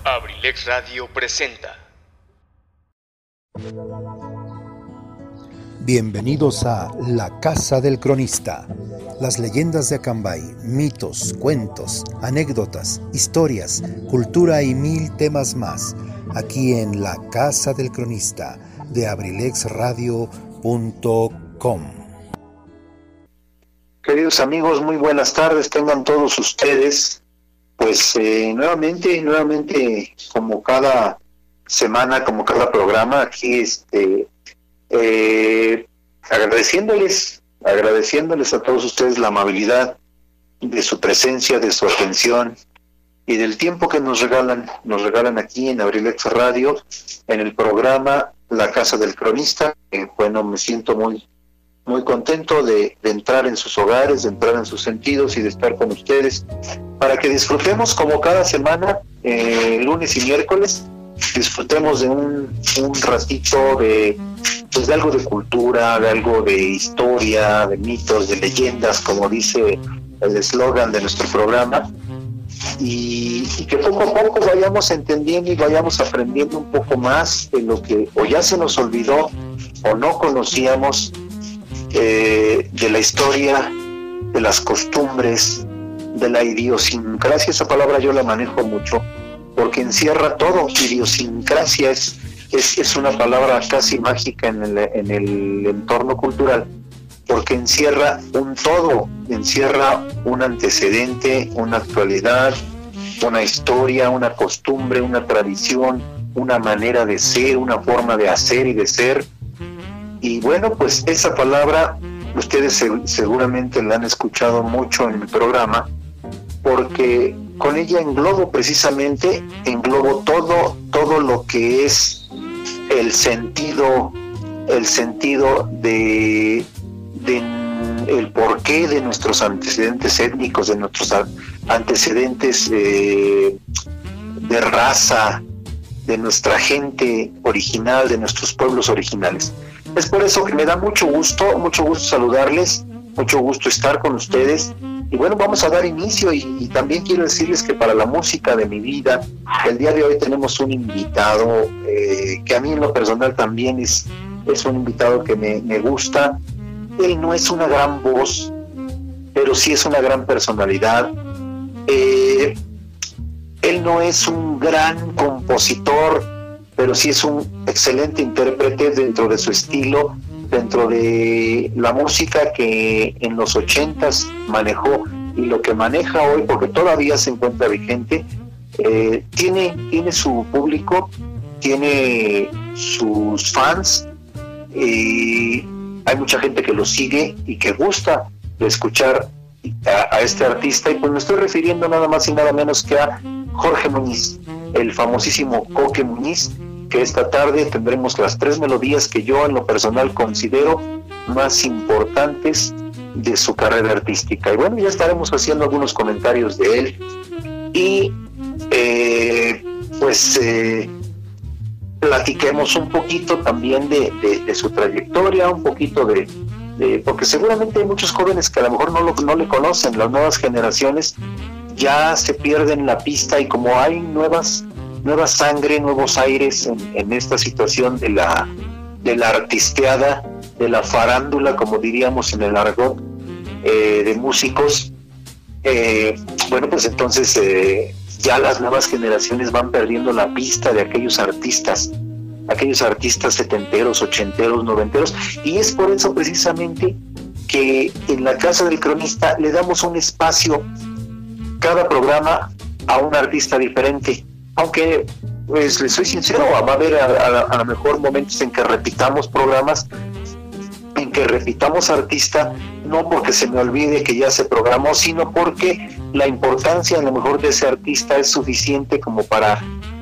Abrilex Radio presenta. Bienvenidos a La Casa del Cronista. Las leyendas de Acambay, mitos, cuentos, anécdotas, historias, cultura y mil temas más. Aquí en La Casa del Cronista de abrilexradio.com. Queridos amigos, muy buenas tardes, tengan todos ustedes. Pues nuevamente, como cada semana, como cada programa, aquí agradeciéndoles a todos ustedes la amabilidad de su presencia, de su atención y del tiempo que nos regalan aquí en Abrilex Radio, en el programa La Casa del Cronista. Bueno, me siento muy contento de entrar en sus hogares, de entrar en sus sentidos y de estar con ustedes para que disfrutemos como cada semana, lunes y miércoles, disfrutemos de un ratito de algo de cultura, de algo de historia, de mitos, de leyendas, como dice el eslogan de nuestro programa, y que poco a poco vayamos entendiendo y vayamos aprendiendo un poco más de lo que o ya se nos olvidó o no conocíamos, de la historia, de las costumbres, de la idiosincrasia. Esa palabra yo la manejo mucho porque encierra todo. Idiosincrasia es una palabra casi mágica en el entorno cultural, porque encierra un todo, encierra un antecedente, una actualidad, una historia, una costumbre, una tradición, una manera de ser, una forma de hacer y de ser. Y bueno, pues esa palabra ustedes seguramente la han escuchado mucho en el programa, porque con ella englobo todo lo que es el sentido de el porqué de nuestros antecedentes étnicos, de nuestros antecedentes de raza, de nuestra gente original, de nuestros pueblos originales. Es por eso que me da mucho gusto saludarles, mucho gusto estar con ustedes. Y bueno, vamos a dar inicio y también quiero decirles que para la música de mi vida, el día de hoy tenemos un invitado que a mí en lo personal también es un invitado que me gusta. Él no es una gran voz, pero sí es una gran personalidad. Él no es un gran compositor, pero sí es un excelente intérprete dentro de su estilo, dentro de la música que en los 80s manejó y lo que maneja hoy, porque todavía se encuentra vigente. Tiene su público, tiene sus fans, y hay mucha gente que lo sigue y que gusta de escuchar a este artista, y pues me estoy refiriendo nada más y nada menos que a Jorge Muñiz, el famosísimo Coque Muñiz, que esta tarde tendremos las 3 melodías que yo en lo personal considero más importantes de su carrera artística. Y bueno, ya estaremos haciendo algunos comentarios de él y platiquemos un poquito también de su trayectoria, un poquito de porque seguramente hay muchos jóvenes que a lo mejor no le conocen. Las nuevas generaciones ya se pierden la pista, y como hay nueva sangre, nuevos aires en esta situación de la artisteada, de la farándula, como diríamos en el argot de músicos, bueno, pues entonces ya las nuevas generaciones van perdiendo la pista de aquellos artistas setenteros, ochenteros, noventeros, y es por eso precisamente que en la Casa del Cronista le damos un espacio cada programa a un artista diferente. Aunque, pues les soy sincero, va a haber a lo mejor momentos en que repitamos programas, en que repitamos artista, no porque se me olvide que ya se programó, sino porque la importancia a lo mejor de ese artista es suficiente como para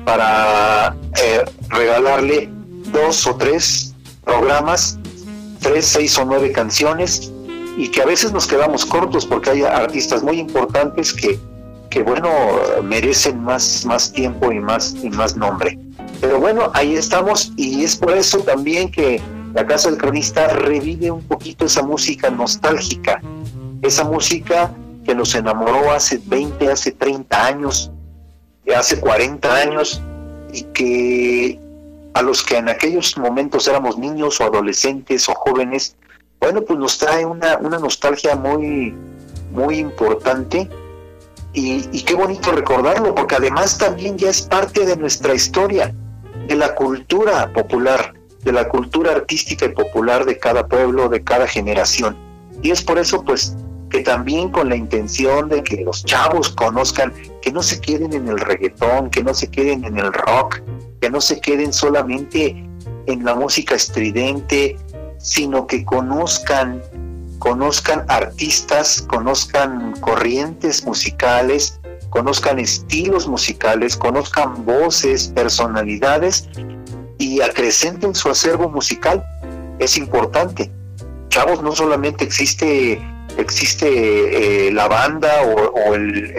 regalarle 2 o 3 programas, 3, 6 o 9 canciones, y que a veces nos quedamos cortos porque hay artistas muy importantes que bueno, merecen más tiempo y más nombre. Pero bueno, ahí estamos, y es por eso también que la Casa del Cronista revive un poquito esa música nostálgica, esa música que nos enamoró hace 20, hace 30 años, hace 40 años, y que a los que en aquellos momentos éramos niños o adolescentes o jóvenes, bueno, pues nos trae una nostalgia muy, muy importante, y qué bonito recordarlo, porque además también ya es parte de nuestra historia, de la cultura popular, de la cultura artística y popular de cada pueblo, de cada generación. Y es por eso, pues, que también con la intención de que los chavos conozcan, que no se queden en el reggaetón, que no se queden en el rock, que no se queden solamente en la música estridente, sino que conozcan artistas, conozcan corrientes musicales, conozcan estilos musicales, conozcan voces, personalidades, y acrecenten su acervo musical. Es importante. Chavos, no solamente existe la banda o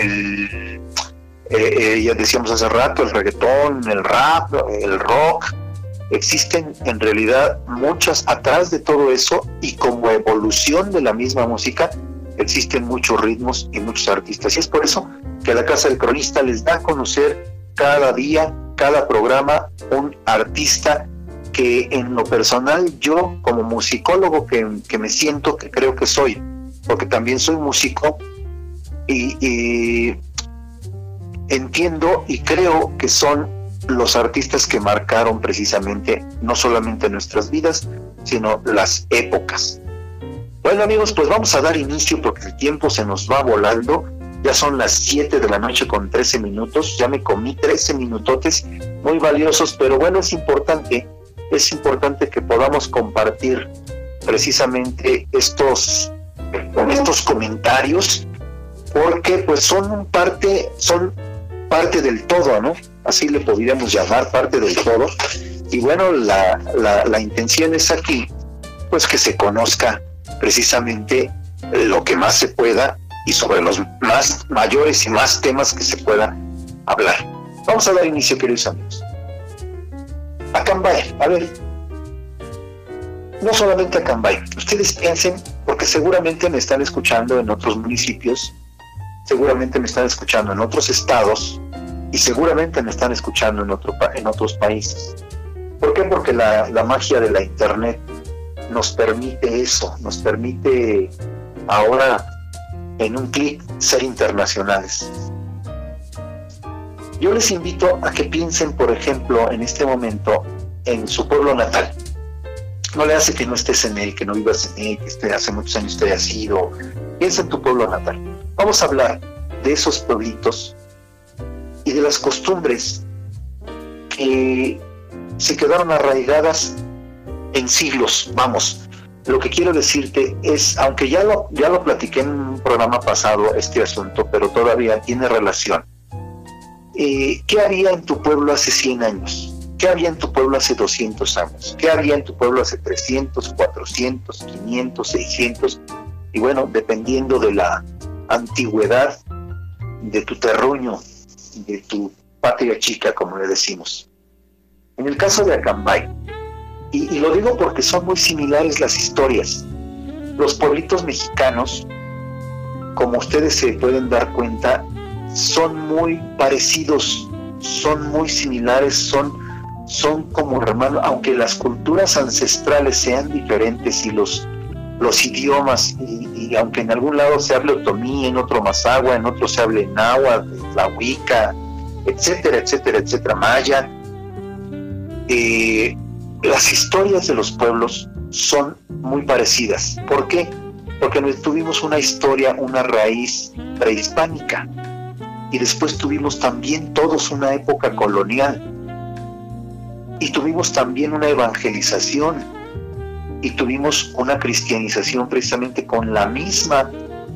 ya decíamos hace rato, el reggaetón, el rap, el rock. Existen en realidad muchas atrás de todo eso, y como evolución de la misma música existen muchos ritmos y muchos artistas, y es por eso que la Casa del Cronista les da a conocer cada día, cada programa, un artista que en lo personal yo, como musicólogo que me siento, que creo que soy, porque también soy músico, y entiendo y creo que son los artistas que marcaron precisamente no solamente nuestras vidas, sino las épocas. Bueno, amigos, pues vamos a dar inicio, porque el tiempo se nos va volando. Ya son las 7 de la noche con 13 minutos, ya me comí 13 minutotes muy valiosos, pero bueno, es importante que podamos compartir precisamente estos comentarios, porque pues son parte del todo, ¿no? Así le podríamos llamar, parte del todo. Y bueno, la intención es aquí, pues, que se conozca precisamente lo que más se pueda, y sobre los más mayores y más temas que se puedan hablar. Vamos a dar inicio, queridos amigos. Acambay, a ver, no solamente Acambay, ustedes piensen, porque seguramente me están escuchando en otros municipios, seguramente me están escuchando en otros estados, y seguramente me están escuchando en otros países. ¿Por qué? Porque la magia de la internet nos permite eso, nos permite ahora en un clic ser internacionales. Yo les invito a que piensen, por ejemplo, en este momento, en su pueblo natal. No le hace que no estés en él, que no vivas en él, que hace muchos años te hayas ido. Piensa en tu pueblo natal. Vamos a hablar de esos pueblitos y de las costumbres que se quedaron arraigadas en siglos. Vamos, lo que quiero decirte es, aunque ya lo platiqué en un programa pasado este asunto, pero todavía tiene relación. ¿Qué había en tu pueblo hace 100 años? ¿Qué había en tu pueblo hace 200 años? ¿Qué había en tu pueblo hace 300, 400, 500, 600? Y bueno, dependiendo de la antigüedad de tu terruño, de tu patria chica, como le decimos. En el caso de Acambay, y lo digo porque son muy similares las historias. Los pueblitos mexicanos, como ustedes se pueden dar cuenta, son muy parecidos, son muy similares, son como hermanos, aunque las culturas ancestrales sean diferentes y los idiomas, y aunque en algún lado se hable otomí, en otro mazahua, en otro se hable náhuatl, tlahuica, etcétera, etcétera, etcétera, maya. Las historias de los pueblos son muy parecidas. ¿Por qué? Porque tuvimos una historia, una raíz prehispánica, y después tuvimos también todos una época colonial, y tuvimos también una evangelización, y tuvimos una cristianización precisamente con la misma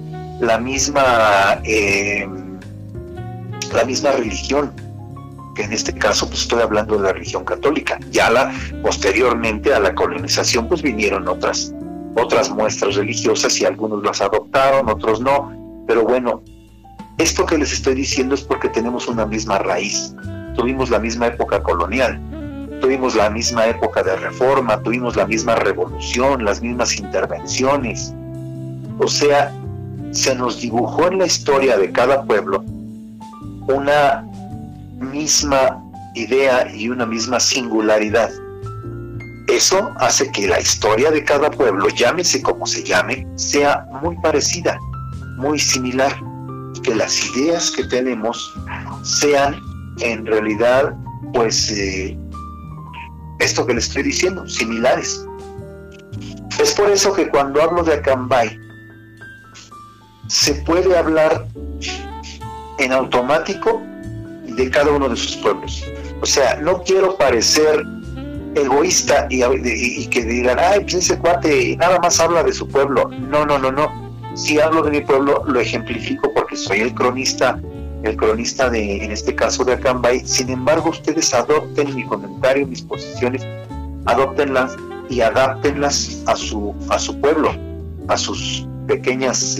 religión, que en este caso pues estoy hablando de la religión católica. Ya posteriormente a la colonización pues vinieron otras muestras religiosas, y algunos las adoptaron, otros no, pero bueno, esto que les estoy diciendo es porque tenemos una misma raíz. Tuvimos la misma época colonial, tuvimos la misma época de reforma, tuvimos la misma revolución, las mismas intervenciones. O sea, se nos dibujó en la historia de cada pueblo misma idea y una misma singularidad. Eso hace que la historia de cada pueblo, llámese como se llame, sea muy parecida, muy similar, que las ideas que tenemos sean en realidad, pues, esto que les estoy diciendo, similares. Es por eso que cuando hablo de Acambay, se puede hablar en automático de cada uno de sus pueblos. O sea, no quiero parecer egoísta y que digan, ay, pues ese cuate nada más habla de su pueblo. No. Si hablo de mi pueblo, lo ejemplifico porque soy el cronista de, en este caso, de Acambay. Sin embargo, ustedes adopten mi comentario, mis posiciones, adóptenlas y adáptenlas a su pueblo, a sus pequeños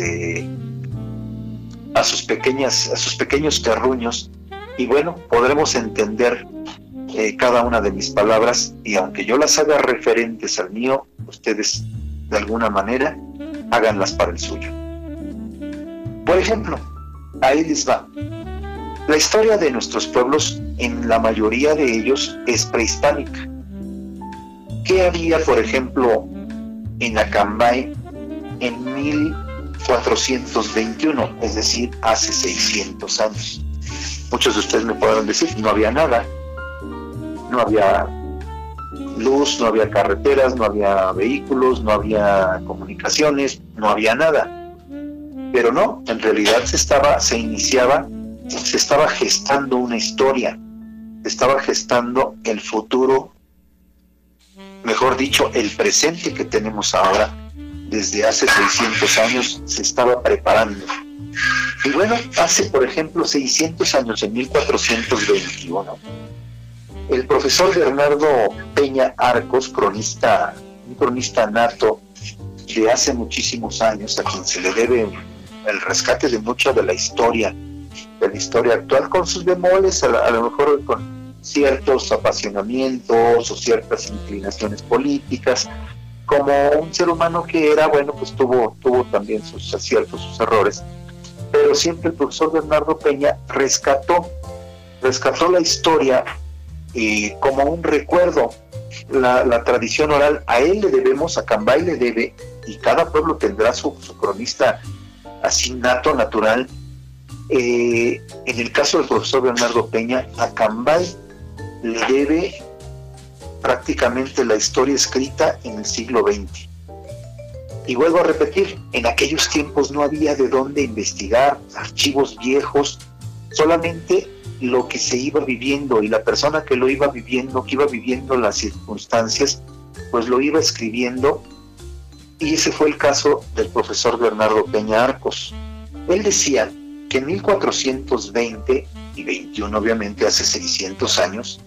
terruños, y bueno, podremos entender cada una de mis palabras, y aunque yo las haga referentes al mío, ustedes de alguna manera háganlas para el suyo. Por ejemplo, ahí les va. La historia de nuestros pueblos, en la mayoría de ellos, es prehispánica. ¿Qué había, por ejemplo, en Acambay en 1421, es decir, hace 600 años? Muchos de ustedes me podrán decir, no había nada. No había luz, no había carreteras, no había vehículos, no había comunicaciones, no había nada. Pero no, en realidad se estaba gestando una historia, se estaba gestando el futuro, mejor dicho, el presente que tenemos ahora. Desde hace 600 años se estaba preparando. Y bueno, hace, por ejemplo, 600 años, en 1421, el profesor Bernardo Peña Arcos, un cronista nato de hace muchísimos años, a quien se le debe el rescate de mucha de la historia actual, con sus bemoles, a lo mejor con ciertos apasionamientos o ciertas inclinaciones políticas, como un ser humano que era, bueno, pues tuvo también sus aciertos, sus errores, pero siempre el profesor Bernardo Peña rescató la historia como un recuerdo, la tradición oral. A él le debemos, a Acambay le debe, y cada pueblo tendrá su cronista así nato, natural. En el caso del profesor Bernardo Peña, a Acambay le debe prácticamente la historia escrita en el siglo XX. Y vuelvo a repetir, en aquellos tiempos no había de dónde investigar, archivos viejos, solamente lo que se iba viviendo, y la persona que lo iba viviendo, que iba viviendo las circunstancias, pues lo iba escribiendo. Y ese fue el caso del profesor Bernardo Peña Arcos. Él decía que en 1420 y 21, obviamente hace 600 años,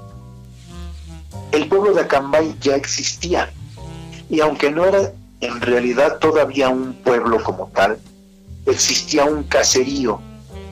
el pueblo de Acambay ya existía, y aunque no era en realidad todavía un pueblo como tal, existía un caserío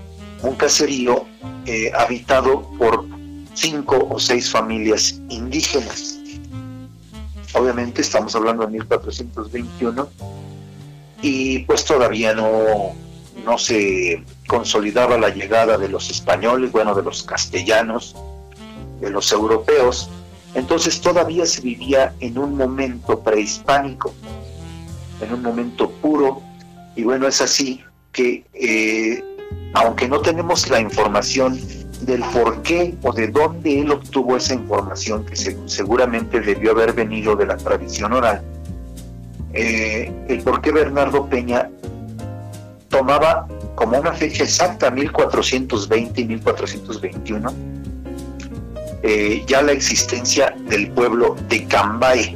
habitado por 5 o 6 familias indígenas. Obviamente estamos hablando de 1421, y pues todavía no se consolidaba la llegada de los españoles, bueno, de los castellanos, de los europeos. Entonces todavía se vivía en un momento prehispánico, en un momento puro. Y bueno, es así que aunque no tenemos la información del por qué o de dónde él obtuvo esa información, que seguramente debió haber venido de la tradición oral, el por qué Bernardo Peña tomaba como una fecha exacta 1420 y 1421 ya la existencia del pueblo de Cambay,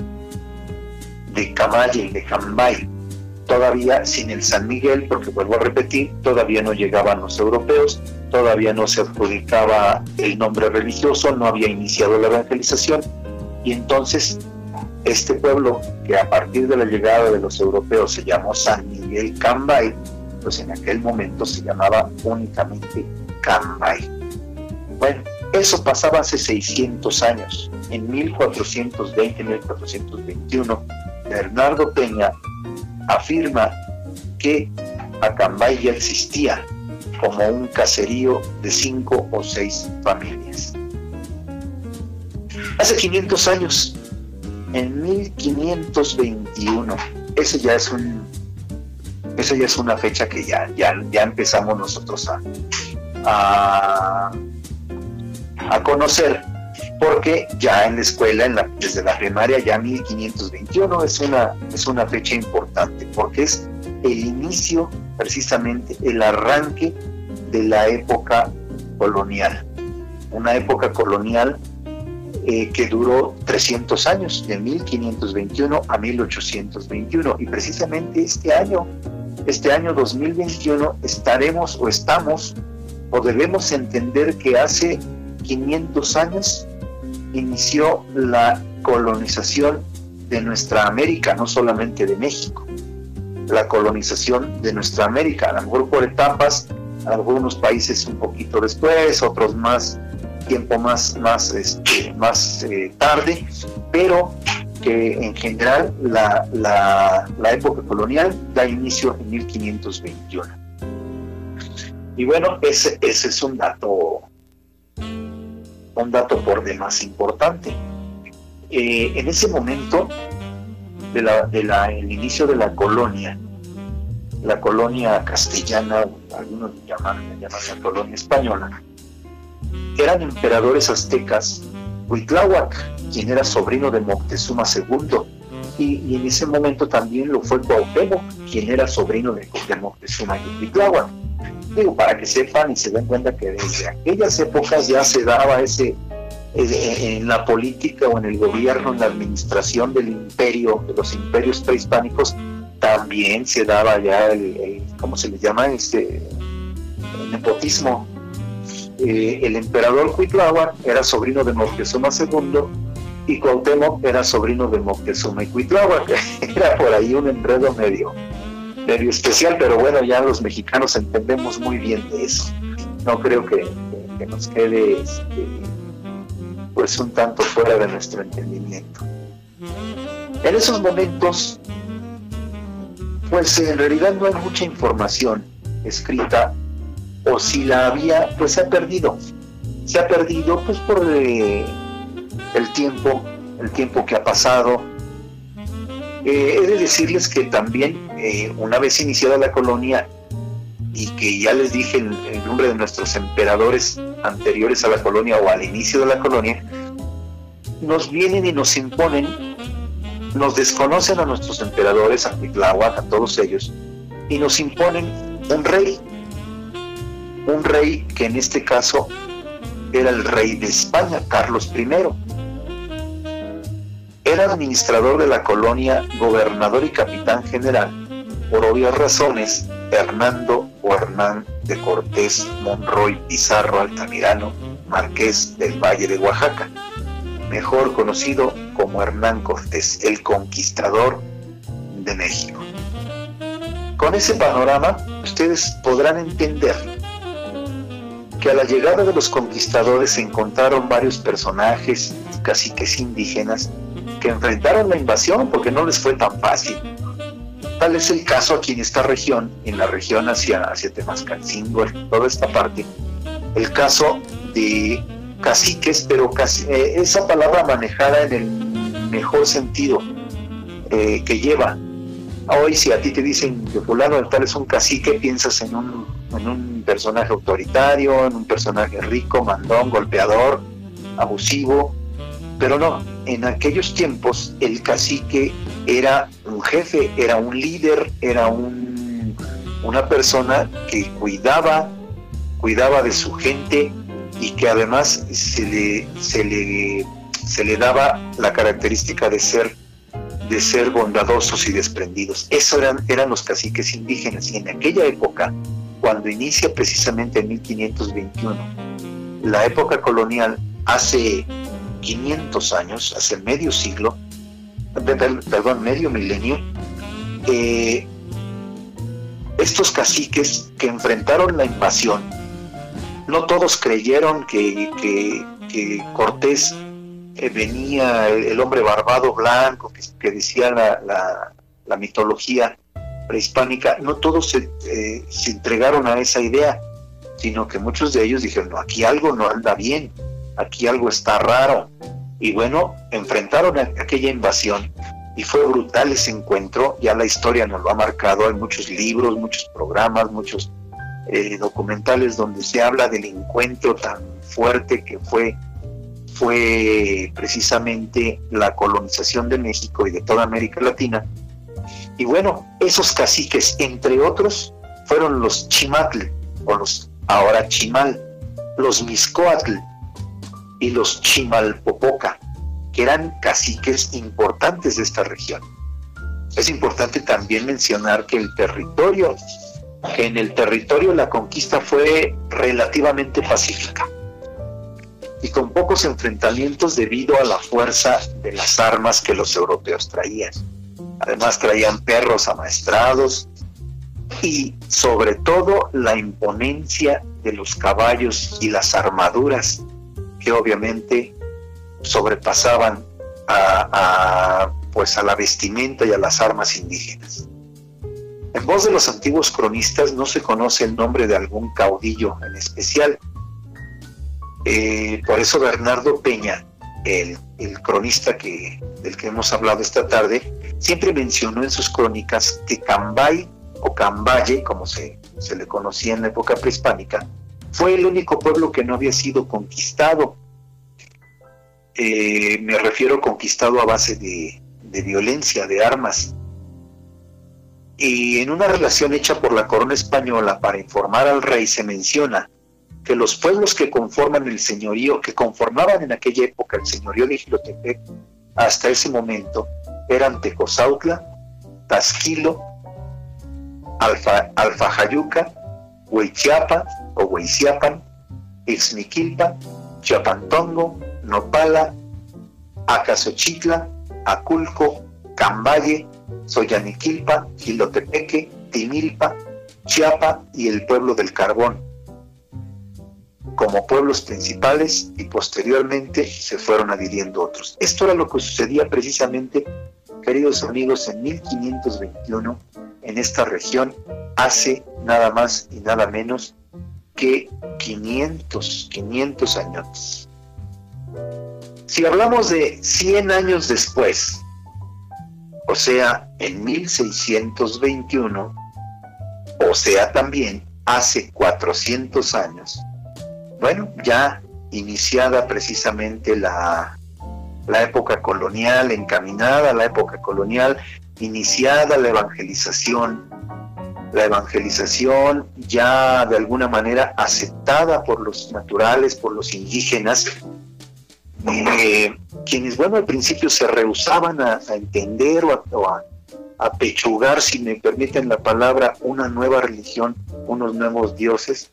de Camaye y de Cambay, todavía sin el San Miguel, porque vuelvo a repetir, todavía no llegaban los europeos, todavía no se adjudicaba el nombre religioso, no había iniciado la evangelización, y entonces este pueblo, que a partir de la llegada de los europeos se llamó San Miguel Cambay, pues en aquel momento se llamaba únicamente Cambay. Bueno, eso pasaba hace 600 años. En 1420, 1421, Bernardo Peña afirma que Acambay ya existía, como un caserío de 5 o 6 familias. Hace 500 años, en 1521, esa ya es una fecha que ya empezamos nosotros a conocer, porque ya en la escuela, desde la primaria, ya 1521 es una fecha importante, porque es el inicio, precisamente el arranque de la época colonial, una época colonial que duró 300 años, de 1521 a 1821, y precisamente este año 2021 estamos o debemos entender que hace 500 años inició la colonización de nuestra América, no solamente de México, la colonización de nuestra América, a lo mejor por etapas, algunos países un poquito después, otros más tarde, pero que en general la época colonial da inicio en 1521. Y bueno, ese es un dato por demás importante. En ese momento el inicio de la colonia castellana, algunos le llaman la colonia española, eran emperadores aztecas. Huitláhuac, quien era sobrino de Moctezuma II, y en ese momento también lo fue Cuauhtémoc, quien era sobrino de Moctezuma y Huitláhuac. Digo, para que sepan y se den cuenta que desde aquellas épocas ya se daba en la política o en el gobierno, en la administración del imperio, de los imperios prehispánicos, también se daba ya ¿cómo se le llama? El nepotismo. El emperador Huitláhuac era sobrino de Moctezuma II y Cuauhtémoc era sobrino de Moctezuma y Huitláhuac. Era por ahí un enredo medio especial, pero bueno, ya los mexicanos entendemos muy bien de eso. No creo que nos quede pues un tanto fuera de nuestro entendimiento. En esos momentos, pues en realidad no hay mucha información escrita, o si la había, pues se ha perdido pues por el tiempo que ha pasado. He de decirles que también una vez iniciada la colonia, y que ya les dije el nombre de nuestros emperadores anteriores a la colonia o al inicio de la colonia, nos vienen y nos imponen, nos desconocen a nuestros emperadores, a Huitláhuac, a todos ellos, y nos imponen un rey que en este caso era el rey de España, Carlos I. Era administrador de la colonia, gobernador y capitán general, por obvias razones, Hernando o Hernán de Cortés Monroy Pizarro Altamirano, marqués del Valle de Oaxaca, mejor conocido como Hernán Cortés, el conquistador de México. Con ese panorama, ustedes podrán entender que a la llegada de los conquistadores se encontraron varios personajes, caciques indígenas, que enfrentaron la invasión porque no les fue tan fácil. Tal es el caso aquí en esta región, en la región hacia Temascalcingo, toda esta parte, el caso de caciques, pero esa palabra manejada en el mejor sentido que lleva. Hoy si a ti te dicen que fulano de tal es un cacique, piensas en un personaje autoritario, en un personaje rico, mandón, golpeador, abusivo, pero no, en aquellos tiempos el cacique era un jefe, era un líder, era una persona que cuidaba de su gente, y que además se le daba la característica de ser bondadosos y desprendidos. Eso eran los caciques indígenas. Y en aquella época, cuando inicia precisamente en 1521 la época colonial, hace 500 años, hace medio milenio, estos caciques que enfrentaron la invasión, no todos creyeron que Cortés venía el hombre barbado blanco que decía la mitología prehispánica. No todos se entregaron a esa idea. sino que muchos de ellos dijeron, no, aquí algo no anda bien, aquí algo está raro. Y bueno, enfrentaron aquella invasión y fue brutal ese encuentro. Ya la historia nos lo ha marcado, hay muchos libros, muchos programas, muchos documentales donde se habla del encuentro tan fuerte que fue precisamente la colonización de México y de toda América Latina. Y bueno, esos caciques, entre otros, fueron los Chimatl, o los ahora Chimal, los Mixcoatl y los Chimalpopoca, que eran caciques importantes de esta región. Es importante también mencionar que en el territorio la conquista fue relativamente pacífica y con pocos enfrentamientos debido a la fuerza de las armas que los europeos traían. Además traían perros amaestrados y sobre todo la imponencia de los caballos y las armaduras que obviamente sobrepasaban a la vestimenta y a las armas indígenas. En voz de los antiguos cronistas no se conoce el nombre de algún caudillo en especial. Por eso Bernardo Peña, el cronista del que hemos hablado esta tarde, siempre mencionó en sus crónicas que Cambay o Cambaye, como se le conocía en la época prehispánica, fue el único pueblo que no había sido conquistado. Me refiero conquistado a base de violencia, de armas. Y en una relación hecha por la corona española para informar al rey se menciona que los pueblos que conforman el señorío, que conformaban en aquella época el señorío de Jilotepec, hasta ese momento eran Tecozautla, Tasquilo, Alfajayuca, Huichiapa o Huichiapan, Ixmiquilpa, Chiapantongo, Nopala, Acasochitla, Aculco, Cambaye, Soyaniquilpa, Jilotepeque, Timilpa, Chiapa y el pueblo del Carbón, como pueblos principales, y posteriormente se fueron adhiriendo otros. Esto era lo que sucedía precisamente, queridos amigos, en 1521 en esta región, hace nada más y nada menos que 500 años. Si hablamos de 100 años después, o sea, en 1621, o sea, también hace 400 años, bueno, ya iniciada precisamente la época colonial, encaminada a la época colonial, iniciada la evangelización ya de alguna manera aceptada por los naturales, por los indígenas, quienes, bueno, al principio se rehusaban a entender o a pechugar, si me permiten la palabra, una nueva religión, unos nuevos dioses.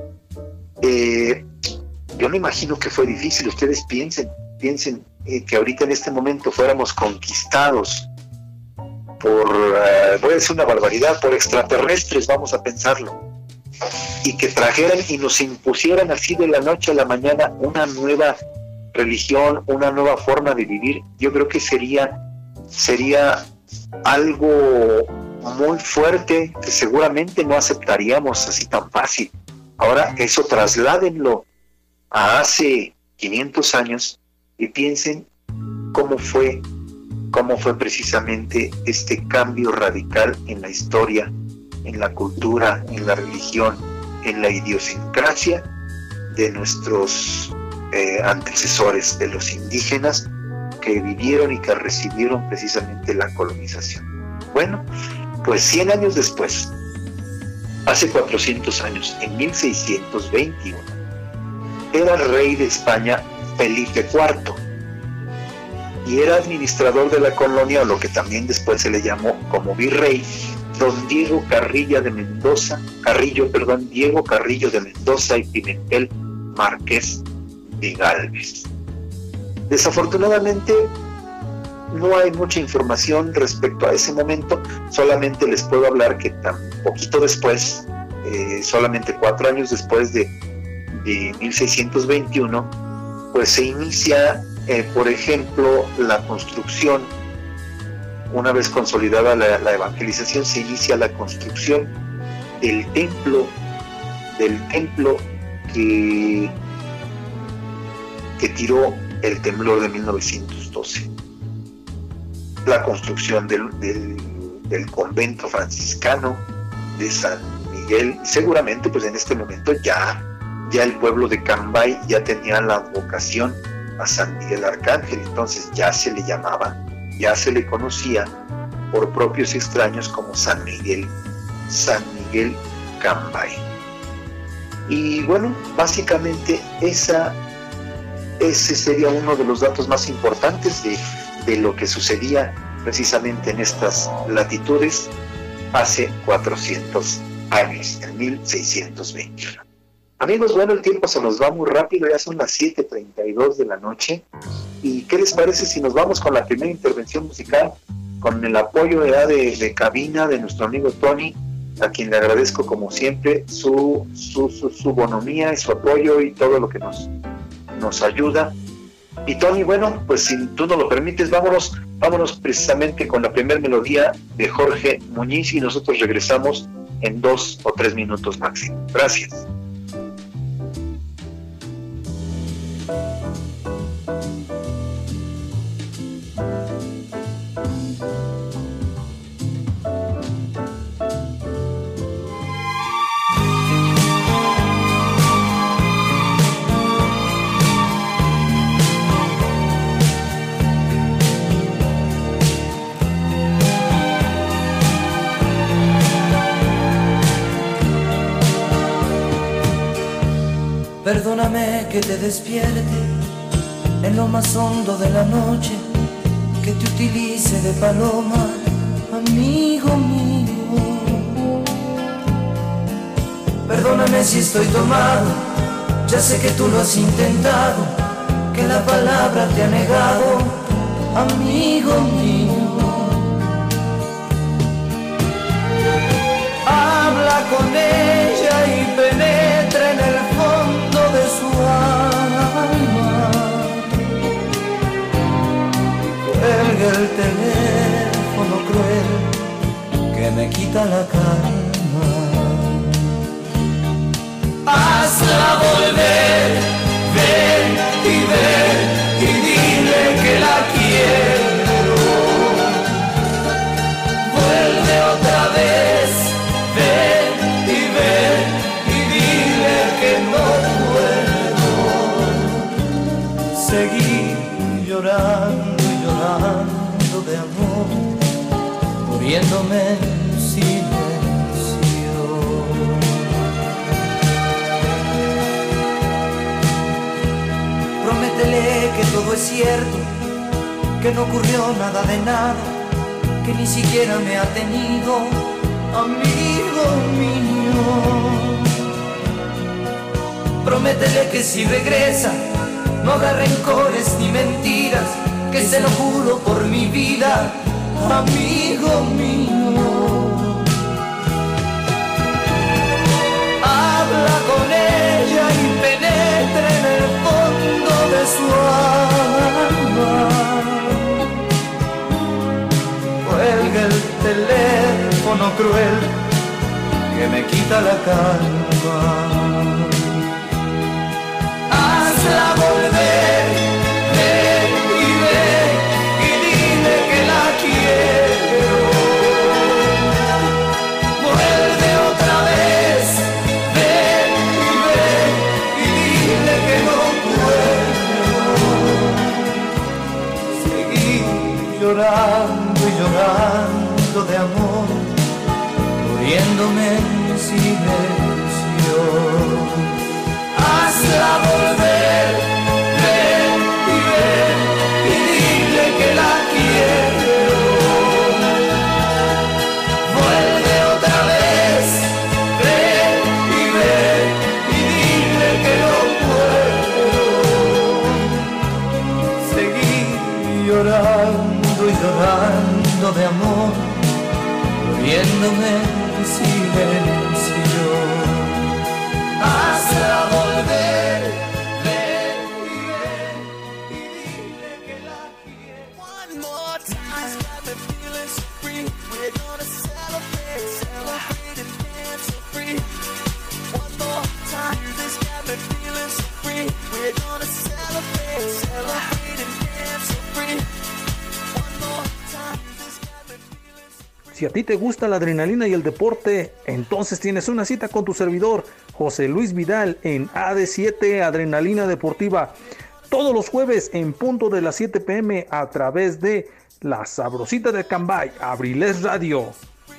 Yo me imagino que fue difícil. Ustedes piensen que ahorita en este momento fuéramos conquistados voy a decir una barbaridad, por extraterrestres, vamos a pensarlo, y que trajeran y nos impusieran así de la noche a la mañana una nueva religión, una nueva forma de vivir. Yo creo que sería algo muy fuerte que seguramente no aceptaríamos así tan fácil. Ahora eso trasládenlo a hace 500 años y piensen cómo fue precisamente este cambio radical en la historia, en la cultura, en la religión, en la idiosincrasia de nuestros antecesores, de los indígenas que vivieron y que recibieron precisamente la colonización. Bueno, pues 100 años después, hace 400 años, en 1621, era el rey de España Felipe IV, y era administrador de la colonia, o lo que también después se le llamó como virrey, don Diego Carrillo de Mendoza y Pimentel Márquez de Gálvez. Desafortunadamente no hay mucha información respecto a ese momento, solamente les puedo hablar que tan poquito después, solamente 4 años después de 1621, pues se inicia, por ejemplo, la construcción. Una vez consolidada la evangelización, se inicia la construcción del templo del templo que tiró el temblor de 1912. La construcción del convento franciscano de San Miguel. Seguramente pues en este momento ya el pueblo de Cambay ya tenía la vocación a San Miguel Arcángel, entonces ya se le llamaba, ya se le conocía por propios y extraños como San Miguel Cambay. Y bueno, básicamente ese sería uno de los datos más importantes de lo que sucedía precisamente en estas latitudes hace 400 años, en 1621. Amigos, bueno, el tiempo se nos va muy rápido, ya son las 7:32 de la noche. ¿Y qué les parece si nos vamos con la primera intervención musical, con el apoyo de cabina de nuestro amigo Tony, a quien le agradezco como siempre su bonomía y su apoyo y todo lo que nos ayuda? Y Tony, bueno, pues si tú nos lo permites, vámonos precisamente con la primera melodía de Jorge Muñiz y nosotros regresamos en 2 o 3 minutos máximo. Gracias. Perdóname que te despierte en lo más hondo de la noche, que te utilice de paloma, amigo mío. Perdóname si estoy tomado, ya sé que tú lo has intentado, que la palabra te ha negado, amigo mío. Habla con ella y penetra en el fondo de su alma. Cuelga el teléfono cruel que me quita la calma. Hazla volver, ven y dile que la quiero. Vuelve otra vez, ven y dile que no puedo seguir llorando y llorando de amor, muriéndome en silencio. Prométele que todo es cierto, que no ocurrió nada de nada, que ni siquiera me ha tenido, amigo mío. Prométele que si regresa no habrá rencores ni mentiras, que se lo juro por mi vida, amigo mío. Habla con ella y penetra en el fondo de su alma. Cuelga el teléfono cruel que me quita la calma. Hazla volver, ven y dile que la quiero. Vuelve otra vez, ven y dile que no puedo seguir llorando y llorando de amor, muriéndome en silencio. Hazla volver, ven y dile que la quiero. Vuelve otra vez, ven y dile que no puedo seguir llorando y llorando de amor, muriéndome en silencio. Hazla volver, ven y dile que la quiero. One more time, got me feeling so free. We're gonna celebrate and dance so free. One more Si a ti te gusta la adrenalina y el deporte, entonces tienes una cita con tu servidor, José Luis Vidal, en AD7 Adrenalina Deportiva, todos los jueves en punto de las 7 p.m. a través de La Sabrosita de Acambay, Abrilex Radio.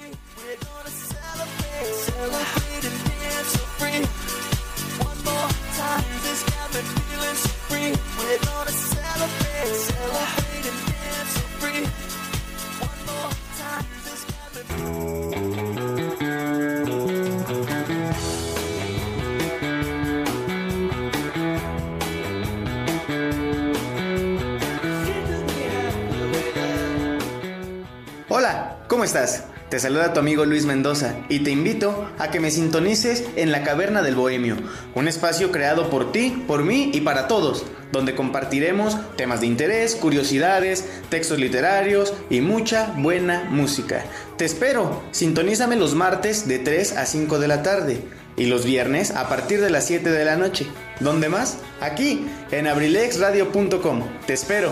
Hola, ¿cómo estás? Te saluda tu amigo Luis Mendoza y te invito a que me sintonices en La Caverna del Bohemio, un espacio creado por ti, por mí y para todos, donde compartiremos temas de interés, curiosidades, textos literarios y mucha buena música. Te espero, sintonízame los martes de 3 a 5 de la tarde y los viernes a partir de las 7 de la noche. ¿Dónde más? Aquí, en abrilexradio.com. Te espero.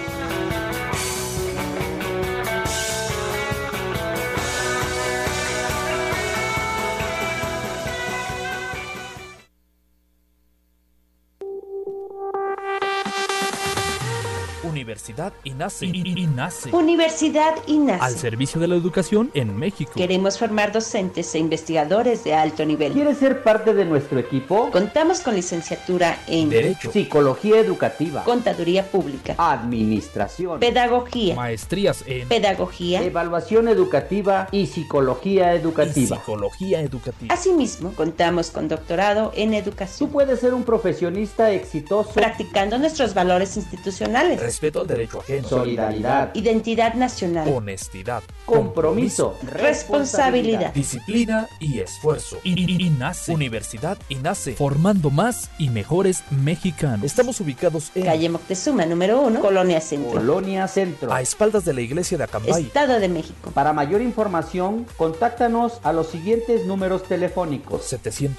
Universidad INACE. Universidad INACE. Al servicio de la educación en México. Queremos formar docentes e investigadores de alto nivel. ¿Quieres ser parte de nuestro equipo? Contamos con licenciatura en Derecho, Psicología Educativa, Contaduría Pública, Administración, Pedagogía, maestrías en Pedagogía, Evaluación Educativa y Psicología Educativa. Asimismo, contamos con doctorado en Educación. Tú puedes ser un profesionista exitoso practicando nuestros valores institucionales. Respeto al derecho ajeno, solidaridad, identidad nacional, honestidad, compromiso, responsabilidad, disciplina y esfuerzo. INACE. Universidad INACE. Formando más y mejores mexicanos. Estamos ubicados en calle Moctezuma número 1, Colonia Centro, a espaldas de la iglesia de Acambay, Estado de México. Para mayor información, contáctanos a los siguientes números telefónicos: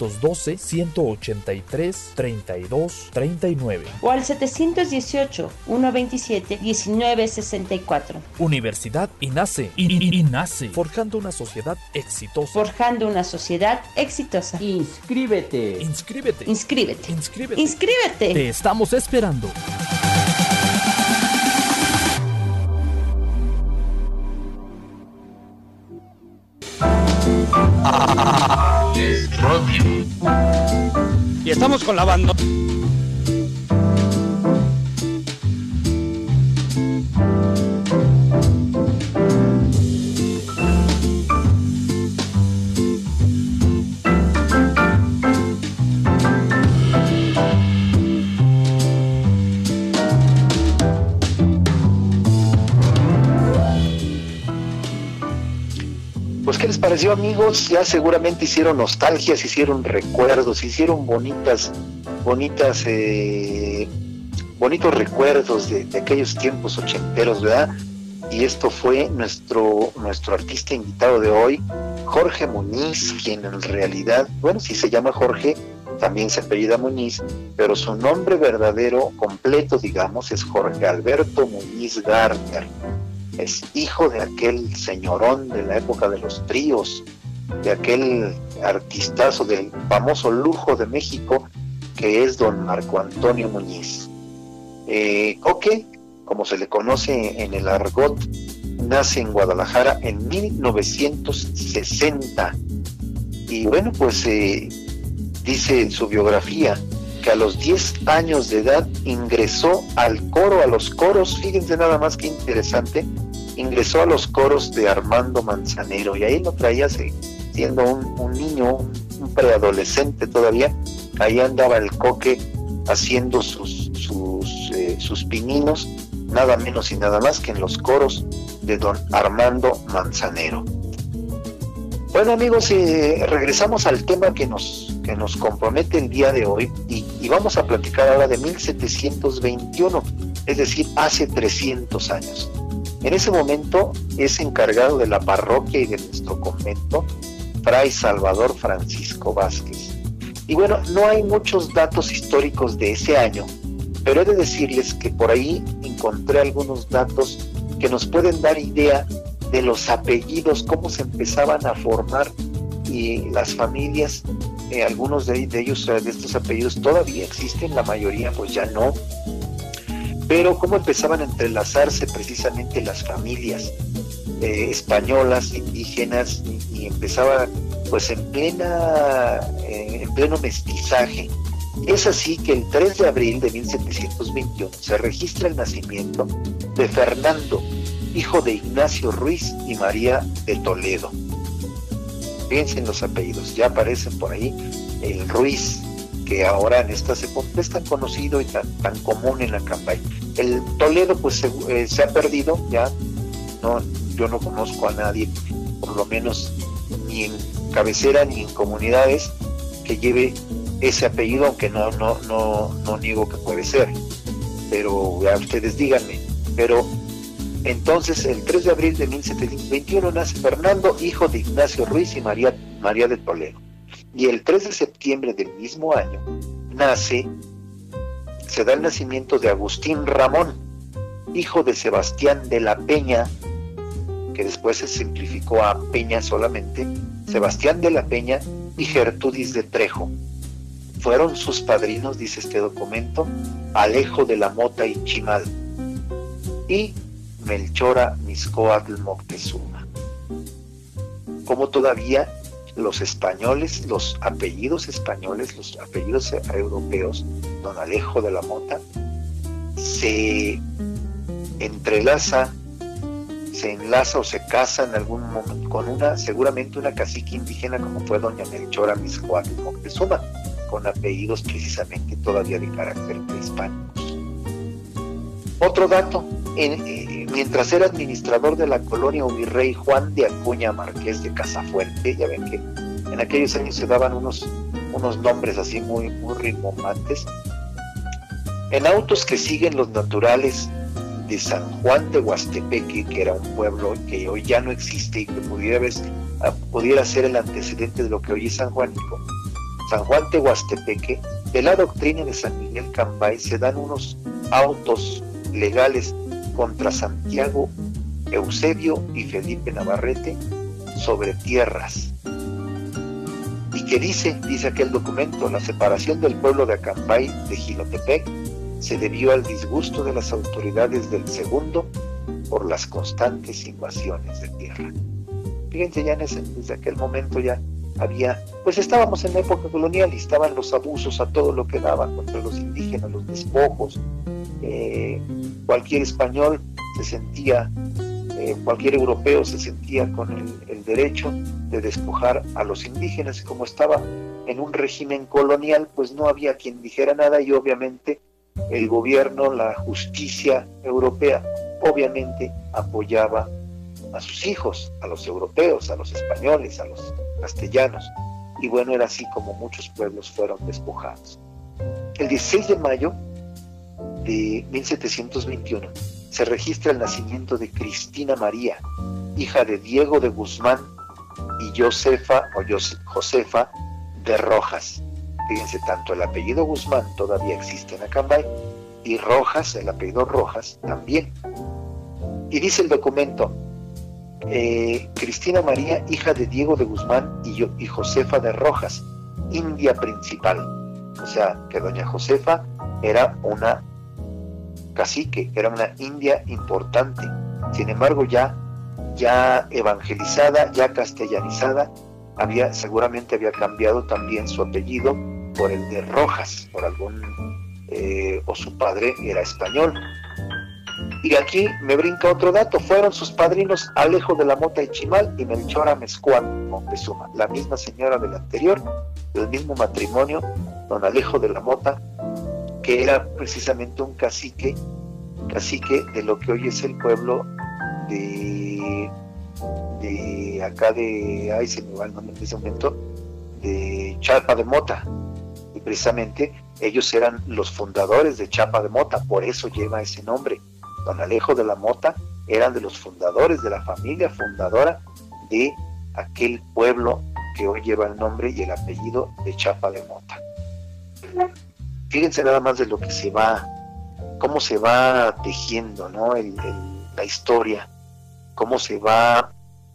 712-183-3239 o al 718-127-1964. Universidad INACE. INACE. Forjando una sociedad exitosa. Forjando una sociedad exitosa. Inscríbete. Te estamos esperando. Y estamos con la banda. Pues, ¿qué les pareció, amigos? Ya seguramente hicieron nostalgias, hicieron recuerdos, hicieron bonitos recuerdos de aquellos tiempos ochenteros, ¿verdad? Y esto fue nuestro artista invitado de hoy, Jorge Muñiz, quien en realidad, bueno, sí se llama Jorge, también se apellida Muñiz, pero su nombre verdadero, completo, digamos, es Jorge Alberto Muñiz Garner. Es hijo de aquel señorón de la época de los tríos, de aquel artistazo del famoso lujo de México, que es don Marco Antonio Muñiz. Coque, como se le conoce en el argot, nace en Guadalajara en 1960. Y bueno, pues dice en su biografía que a los 10 años de edad ingresó a los coros, fíjense nada más que interesante, ingresó a los coros de Armando Manzanero, y ahí lo traía siendo un niño, un preadolescente todavía. Ahí andaba el Coque haciendo sus pininos, nada menos y nada más que en los coros de don Armando Manzanero. Bueno, amigos, regresamos al tema que nos compromete el día de hoy, y vamos a platicar ahora de 1721, es decir, hace 300 años. En ese momento es encargado de la parroquia y de nuestro convento Fray Salvador Francisco Vázquez. Y bueno, no hay muchos datos históricos de ese año, Pero he de decirles que por ahí encontré algunos datos que nos pueden dar idea de los apellidos, cómo se empezaban a formar y las familias. Algunos de ellos, de estos apellidos, todavía existen, la mayoría pues ya no. Pero cómo empezaban a entrelazarse precisamente las familias españolas, indígenas, y empezaba pues en pleno mestizaje. Es así que el 3 de abril de 1721 se registra el nacimiento de Fernando, hijo de Ignacio Ruiz y María de Toledo. Fíjense en los apellidos, ya aparecen por ahí el Ruiz, que ahora en esta época es tan conocido y tan común en Acambay. El Toledo pues se ha perdido, ya no, yo no conozco a nadie, por lo menos ni en cabecera ni en comunidades, que lleve ese apellido, aunque no niego que puede ser, pero ya ustedes díganme. Pero entonces el 3 de abril de 1721 nace Fernando, hijo de Ignacio Ruiz y María de Toledo, y el 3 de septiembre del mismo año se da el nacimiento de Agustín Ramón, hijo de Sebastián de la Peña, que después se simplificó a Peña solamente, Sebastián de la Peña y Gertrudis de Trejo. Fueron sus padrinos, dice este documento, Alejo de la Mota y Chimal y Melchora Mixcoatl Moctezuma. Como todavía los españoles, los apellidos españoles, los apellidos europeos, don Alejo de la Mota, se enlaza o se casa en algún momento con seguramente una cacique indígena como fue doña Melchora Mixcoatl Moctezuma, con apellidos precisamente todavía de carácter prehispánicos. Otro dato, mientras era administrador de la colonia o virrey Juan de Acuña Marqués de Casafuerte, ya ven que en aquellos años se daban unos nombres así muy rimbombantes, en autos que siguen los naturales de San Juan de Huastepeque, que era un pueblo que hoy ya no existe y que pudiera ser el antecedente de lo que hoy es San Juanico, San Juan de Huastepeque, de la doctrina de San Miguel Cambay, se dan unos autos legales contra Santiago Eusebio y Felipe Navarrete sobre tierras. Y que dice aquel documento, la separación del pueblo de Acambay de Jilotepec se debió al disgusto de las autoridades del segundo por las constantes invasiones de tierra. Fíjense, ya desde aquel momento ya había, pues estábamos en la época colonial y estaban los abusos a todo lo que daba contra los indígenas, los despojos. Cualquier español se sentía, cualquier europeo se sentía con el derecho de despojar a los indígenas, y como estaba en un régimen colonial, pues no había quien dijera nada, y obviamente el gobierno, la justicia europea, obviamente apoyaba a sus hijos, a los europeos, a los españoles, a los castellanos, y bueno, era así como muchos pueblos fueron despojados. El 16 de mayo de 1721 se registra el nacimiento de Cristina María, hija de Diego de Guzmán y Josefa de Rojas. Fíjense, tanto el apellido Guzmán todavía existe en Acambay, y Rojas, el apellido Rojas, también. Y dice el documento, Cristina María, hija de Diego de Guzmán y Josefa de Rojas, india principal. O sea, que doña Josefa era una cacique, era una india importante. Sin embargo, ya evangelizada, ya castellanizada, seguramente había cambiado también su apellido por el de Rojas, por algún, o su padre era español. Y aquí me brinca otro dato, fueron sus padrinos Alejo de la Mota y Chimal y Melchora Mixcoatl Moctezuma, la misma señora del anterior, del mismo matrimonio, don Alejo de la Mota, que era precisamente un cacique de lo que hoy es el pueblo de acá de, se me va el nombre en ese momento, de Chapa de Mota, y precisamente ellos eran los fundadores de Chapa de Mota, por eso lleva ese nombre. Don Alejo de la Mota eran de los fundadores, de la familia fundadora de aquel pueblo que hoy lleva el nombre y el apellido de Chapa de Mota. Fíjense nada más de lo que se va cómo se va tejiendo, ¿no? La historia, cómo se va...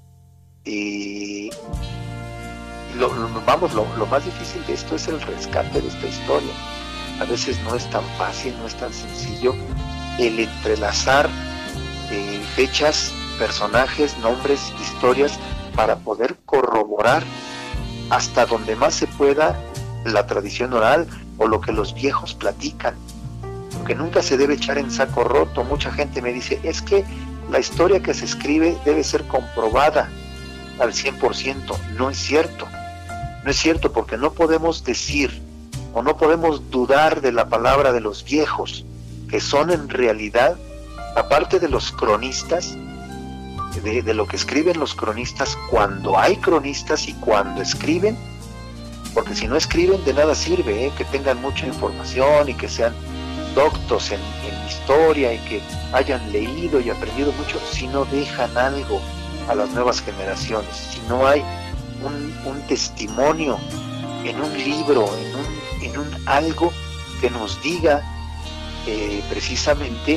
lo más difícil de esto es el rescate de esta historia. A veces no es tan fácil, no es tan sencillo el entrelazar fechas, personajes, nombres, historias, para poder corroborar hasta donde más se pueda la tradición oral o lo que los viejos platican, porque nunca se debe echar en saco roto. Mucha gente me dice, es que la historia que se escribe debe ser comprobada al 100%. No es cierto, no es cierto, porque no podemos decir o no podemos dudar de la palabra de los viejos, que son en realidad, aparte de los cronistas, de lo que escriben los cronistas, cuando hay cronistas y cuando escriben, porque si no escriben de nada sirve, que tengan mucha información y que sean doctos en historia y que hayan leído y aprendido mucho, si no dejan algo a las nuevas generaciones, si no hay un testimonio en un libro, en un algo que nos diga precisamente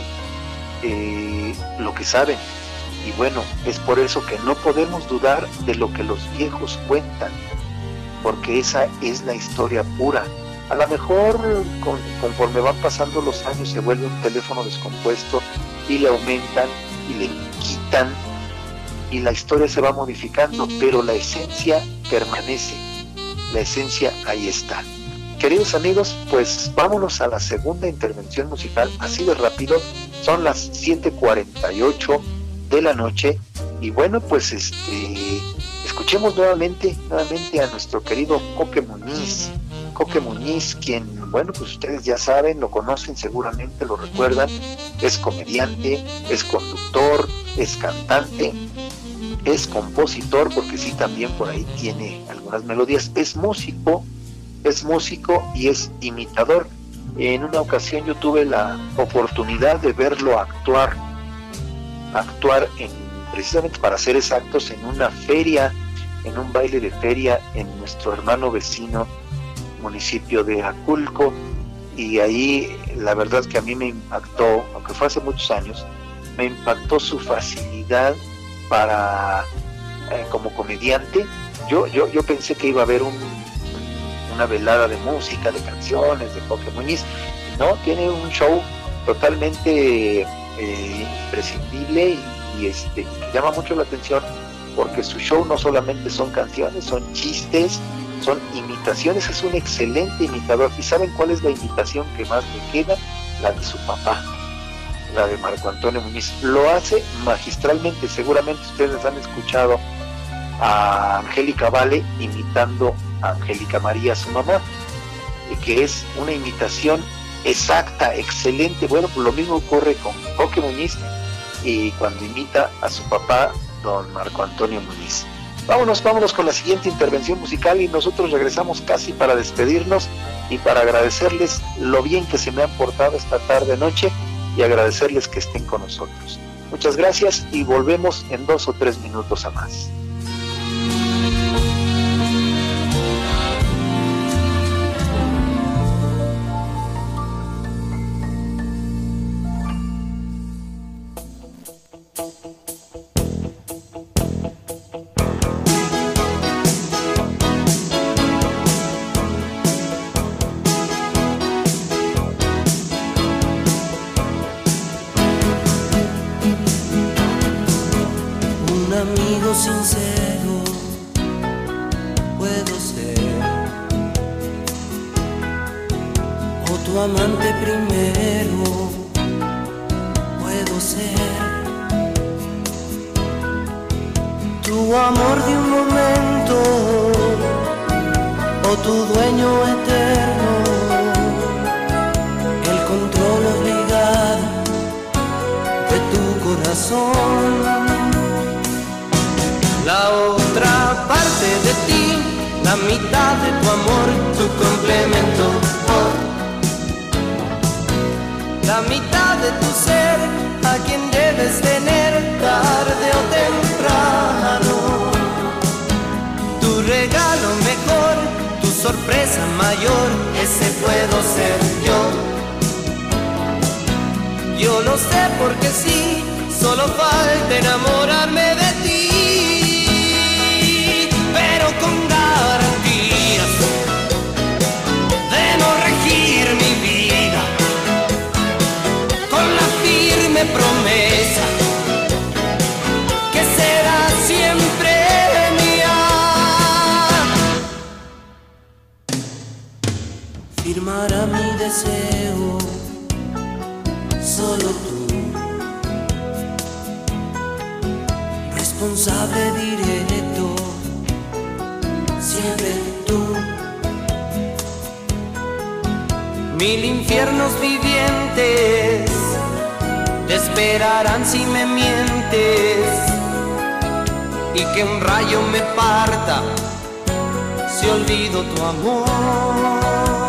lo que saben. Y bueno, es por eso que no podemos dudar de lo que los viejos cuentan, porque esa es la historia pura. A lo mejor conforme van pasando los años se vuelve un teléfono descompuesto y le aumentan y le quitan y la historia se va modificando, pero la esencia permanece, la esencia ahí está. Queridos amigos, pues vámonos a la segunda intervención musical, así de rápido. Son las 7:48 de la noche y bueno, pues escuchemos nuevamente a nuestro querido Coque Muñiz, quien, bueno, pues ustedes ya saben, lo conocen, seguramente lo recuerdan. Es comediante, es conductor, es cantante, es compositor, porque sí, también por ahí tiene algunas melodías, es músico y es imitador. En una ocasión yo tuve la oportunidad de verlo actuar precisamente, para ser exactos, en una feria, en un baile de feria en nuestro hermano vecino municipio de Aculco, y ahí la verdad que a mí me impactó, aunque fue hace muchos años, me impactó su facilidad para como comediante. Yo pensé que iba a haber una velada de música, de canciones, de Coque Muñiz. No, tiene un show totalmente imprescindible y que llama mucho la atención, porque su show no solamente son canciones, son chistes, son imitaciones. Es un excelente imitador. ¿Y saben cuál es la imitación que más me queda? La de su papá, la de Marco Antonio Muñiz. Lo hace magistralmente. Seguramente ustedes han escuchado a Angélica Vale imitando a Angélica María, su mamá, que es una imitación exacta, excelente. Bueno, pues lo mismo ocurre con Coque Muñiz y cuando imita a su papá, don Marco Antonio Muñiz. Vámonos con la siguiente intervención musical y nosotros regresamos casi para despedirnos y para agradecerles lo bien que se me han portado esta tarde-noche y agradecerles que estén con nosotros. Muchas gracias y volvemos en 2 o 3 minutos a más. Sincero puedo ser, o tu amante primero puedo ser, tu amor de un momento o tu dueño eterno, el control obligado de tu corazón. La otra parte de ti, la mitad de tu amor, tu complemento, la mitad de tu ser, a quien debes tener tarde o temprano. Tu regalo mejor, tu sorpresa mayor, ese puedo ser yo. lo sé porque sí, solo falta enamorarme de ti, pero con garantías de no regir mi vida, con la firme promesa que será siempre mía. Firmará mi deseo solo tú, responsable directo, siempre tú. Mil infiernos vivientes te esperarán si me mientes, y que un rayo me parta si olvido tu amor.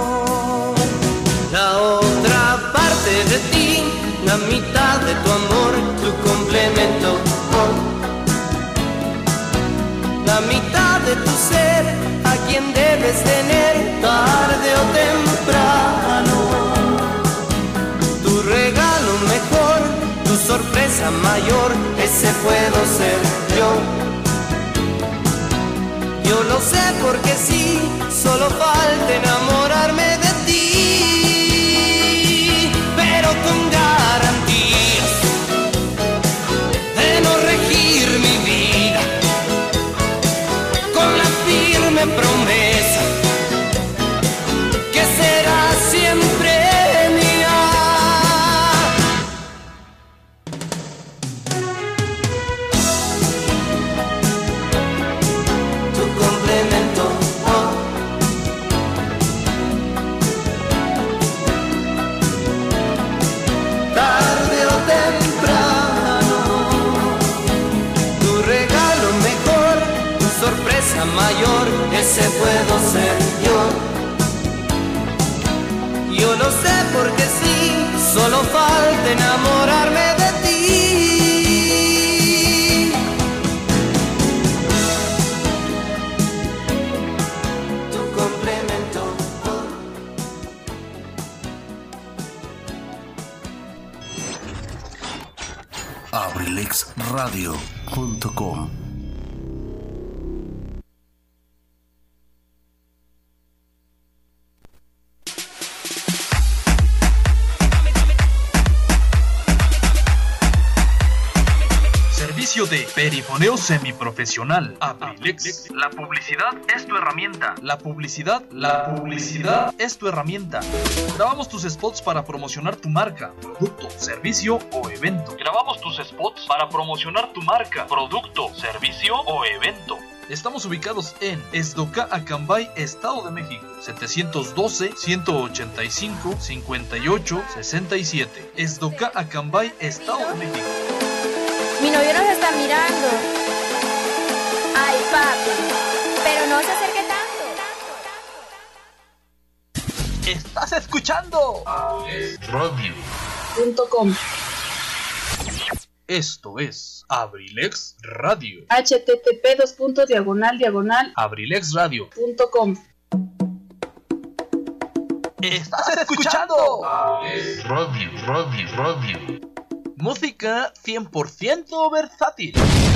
La otra parte de ti, la mitad de tu amor, tu complemento, la mitad de tu ser, a quien debes tener tarde o temprano. Tu regalo mejor, tu sorpresa mayor, ese puedo ser yo. Yo lo sé porque sí, solo falta enamorarme de ti, pero con garantías de no regir mi vida, con la firme promesa que será siempre mía. Tu complemento, tarde o temprano, tu regalo mejor, tu sorpresa mayor, ese puedo ser yo. Yo lo sé porque sí, solo falta enamorarme de ti. Tu complemento. abrilexradio.com. Servicio de perifoneo semiprofesional. Abrilex. La publicidad es tu herramienta. La publicidad es tu herramienta. Grabamos tus spots para promocionar tu marca, producto, servicio o evento. Grabamos tus spots para promocionar tu marca, producto, servicio o evento. Estamos ubicados en Esdoca, Acambay, Estado de México, 712-185-58-67. Esdoca, Acambay, Estado de México. Mi novio nos está mirando. Ay, papi, pero no se acerque tanto. ¡Estás escuchando! Radio.com. Esto es Abrilex Radio. http:// abrilexradio.com. ¡Estás escuchando! Radio. Música 100% versátil.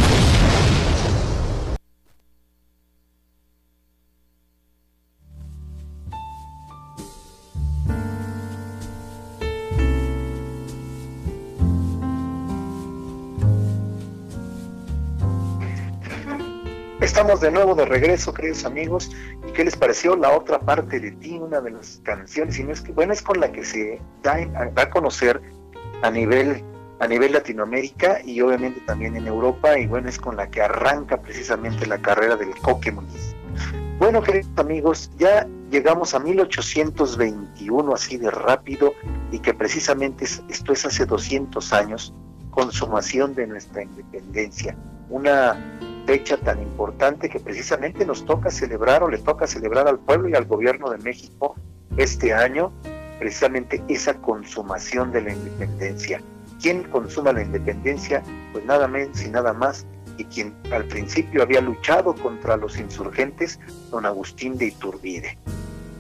Estamos de nuevo de regreso, queridos amigos. ¿Y qué les pareció La Otra Parte de Ti? Una de las canciones, y no es que, bueno, es con la que se da a conocer a nivel Latinoamérica y obviamente también en Europa, y bueno, es con la que arranca precisamente la carrera del Coque Muñiz. Bueno, queridos amigos, ya llegamos a 1821, así de rápido, y que precisamente esto es hace 200 años, consumación de nuestra independencia, una fecha tan importante que precisamente nos toca celebrar, o le toca celebrar al pueblo y al gobierno de México este año, precisamente esa consumación de la independencia. ¿Quién consuma la independencia? Pues nada menos y nada más que quien al principio había luchado contra los insurgentes, don Agustín de Iturbide,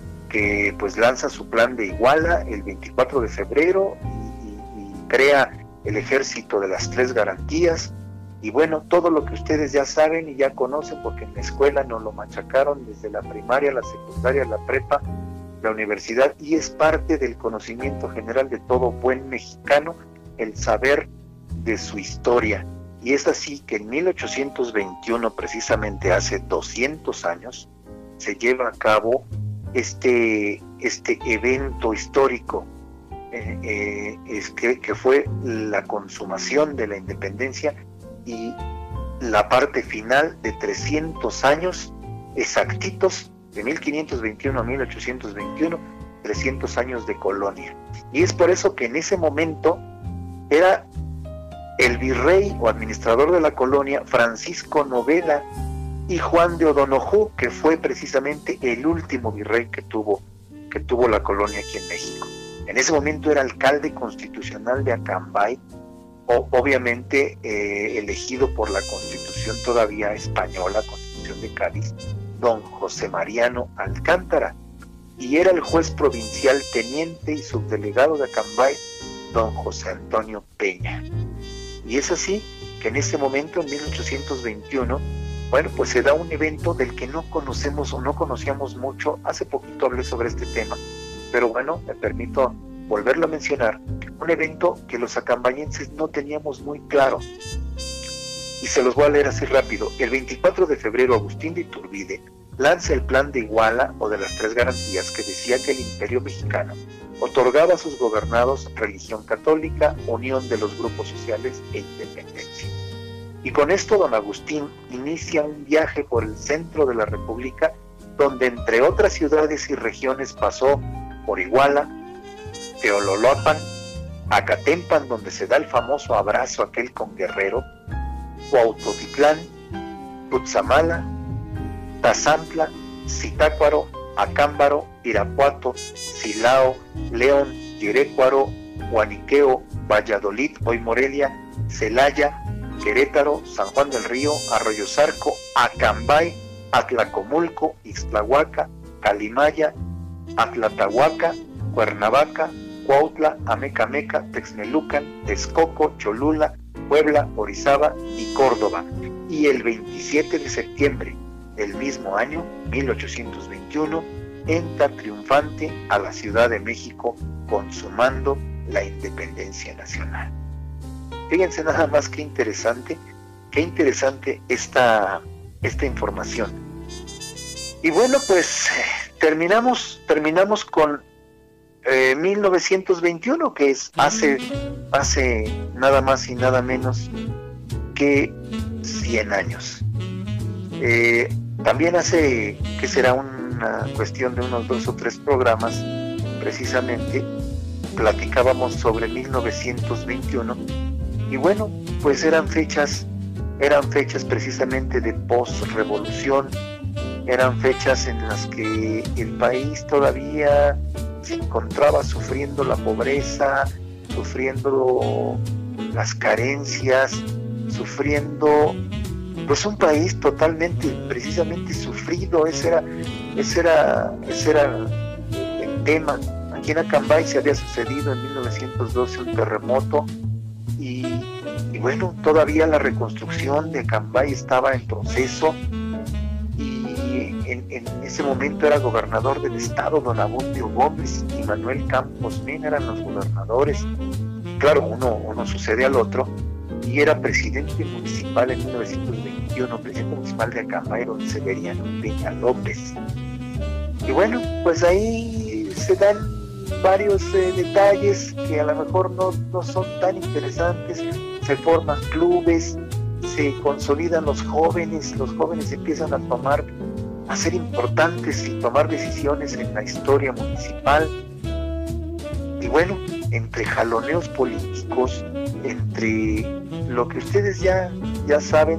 que pues lanza su plan de Iguala el 24 de febrero y crea el ejército de las 3 garantías, y bueno, todo lo que ustedes ya saben y ya conocen, porque en la escuela nos lo machacaron desde la primaria, la secundaria, la prepa, la universidad, y es parte del conocimiento general de todo buen mexicano, el saber de su historia. Y es así que en 1821, precisamente hace 200 años, se lleva a cabo este evento histórico, que fue la consumación de la independencia y la parte final de 300 años exactitos, de 1521 a 1821, 300 años de colonia. Y es por eso que en ese momento era el virrey o administrador de la colonia Francisco Novela y Juan de O'Donojú, que fue precisamente el último virrey que tuvo la colonia aquí en México. En ese momento era alcalde constitucional de Acambay, obviamente elegido por la Constitución todavía española, Constitución de Cádiz, don José Mariano Alcántara, y era el juez provincial teniente y subdelegado de Acambay, don José Antonio Peña. Y es así que en ese momento, en 1821, bueno, pues se da un evento del que no conocemos o no conocíamos mucho. Hace poquito hablé sobre este tema, pero bueno, me permito volverlo a mencionar. Un evento que los acambayenses no teníamos muy claro. Y se los voy a leer así rápido. El 24 de febrero, Agustín de Iturbide lanza el plan de Iguala o de las 3 garantías, que decía que el Imperio Mexicano otorgaba a sus gobernados religión católica, unión de los grupos sociales e independencia. Y con esto don Agustín inicia un viaje por el centro de la República, donde entre otras ciudades y regiones pasó por Iguala, Teololoapan, Acatempan, donde se da el famoso abrazo aquel con Guerrero, Cuautitlán, Cutzamala, Tazantla, Zitácuaro, Acámbaro, Irapuato, Silao, León, Yerécuaro, Guaniqueo, Valladolid, hoy Morelia, Celaya, Querétaro, San Juan del Río, Arroyo Zarco, Acambay, Atlacomulco, Ixtlahuaca, Calimaya, Atlatahuaca, Cuernavaca, Cuautla, Amecameca, Texmelucan, Texcoco, Cholula, Puebla, Orizaba y Córdoba. Y el 27 de septiembre del mismo año, 1821, entra triunfante a la Ciudad de México, consumando la independencia nacional. Fíjense nada más qué interesante esta información. Y bueno, pues terminamos con 1921, que es hace nada más y nada menos que 100 años. También hace, que será una cuestión de unos 2 o 3 programas, precisamente, platicábamos sobre 1921, y bueno, pues eran fechas precisamente de post-revolución, eran fechas en las que el país todavía se encontraba sufriendo la pobreza, sufriendo las carencias, sufriendo pues un país totalmente, precisamente sufrido. Ese era el tema. Aquí en Acambay se había sucedido en 1912 un terremoto y bueno, todavía la reconstrucción de Acambay estaba en proceso, y en ese momento era gobernador del estado don Abundio Gómez y Manuel Campos Mena eran los gobernadores. Claro, uno sucede al otro, y era presidente municipal en 1921, presidente municipal de Acambay, don Severiano Peña López. Y bueno, pues ahí se dan varios detalles que a lo mejor no son tan interesantes. Se forman clubes, se consolidan los jóvenes empiezan a ser importantes y tomar decisiones en la historia municipal. Y bueno, entre jaloneos políticos, entre lo que ustedes ya saben,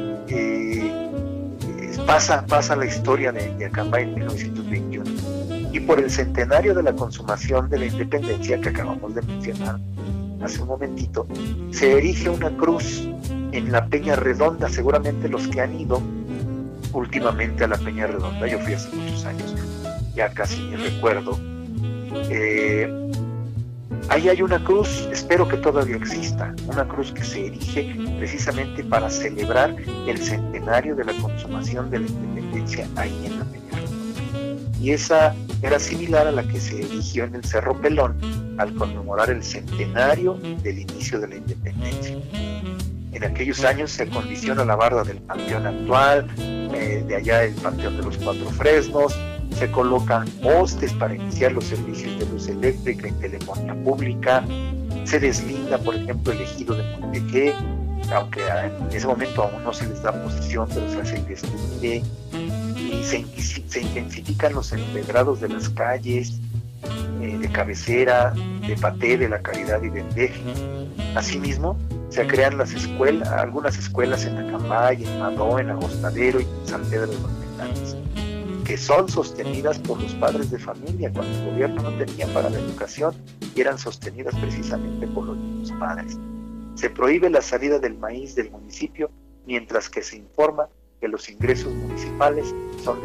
pasa la historia de Acambay en 1921. Y por el centenario de la consumación de la independencia que acabamos de mencionar hace un momentito, se erige una cruz en la Peña Redonda. Seguramente los que han ido últimamente a la Peña Redonda, yo fui hace muchos años, ya casi ni recuerdo, Ahí hay una cruz, espero que todavía exista, una cruz que se erige precisamente para celebrar el centenario de la consumación de la independencia ahí en la Peña. Y esa era similar a la que se erigió en el Cerro Pelón al conmemorar el centenario del inicio de la independencia. En aquellos años se acondiciona la barda del panteón actual, de allá el panteón de los Cuatro Fresnos, se colocan postes para iniciar los servicios de luz eléctrica y telefonía pública, se deslinda, por ejemplo, el ejido de Montequé, aunque en ese momento aún no se les da posesión, pero se hace el deslinde, y se intensifican los empedrados de las calles, de Cabecera, de Paté, de La Caridad y de Endeje. Asimismo, se crean algunas escuelas en Acambay, en Madó, en Agostadero y en San Pedro de los Menares, que son sostenidas por los padres de familia cuando el gobierno no tenía para la educación y eran sostenidas precisamente por los mismos padres. Se prohíbe la salida del maíz del municipio, mientras que se informa que los ingresos municipales son de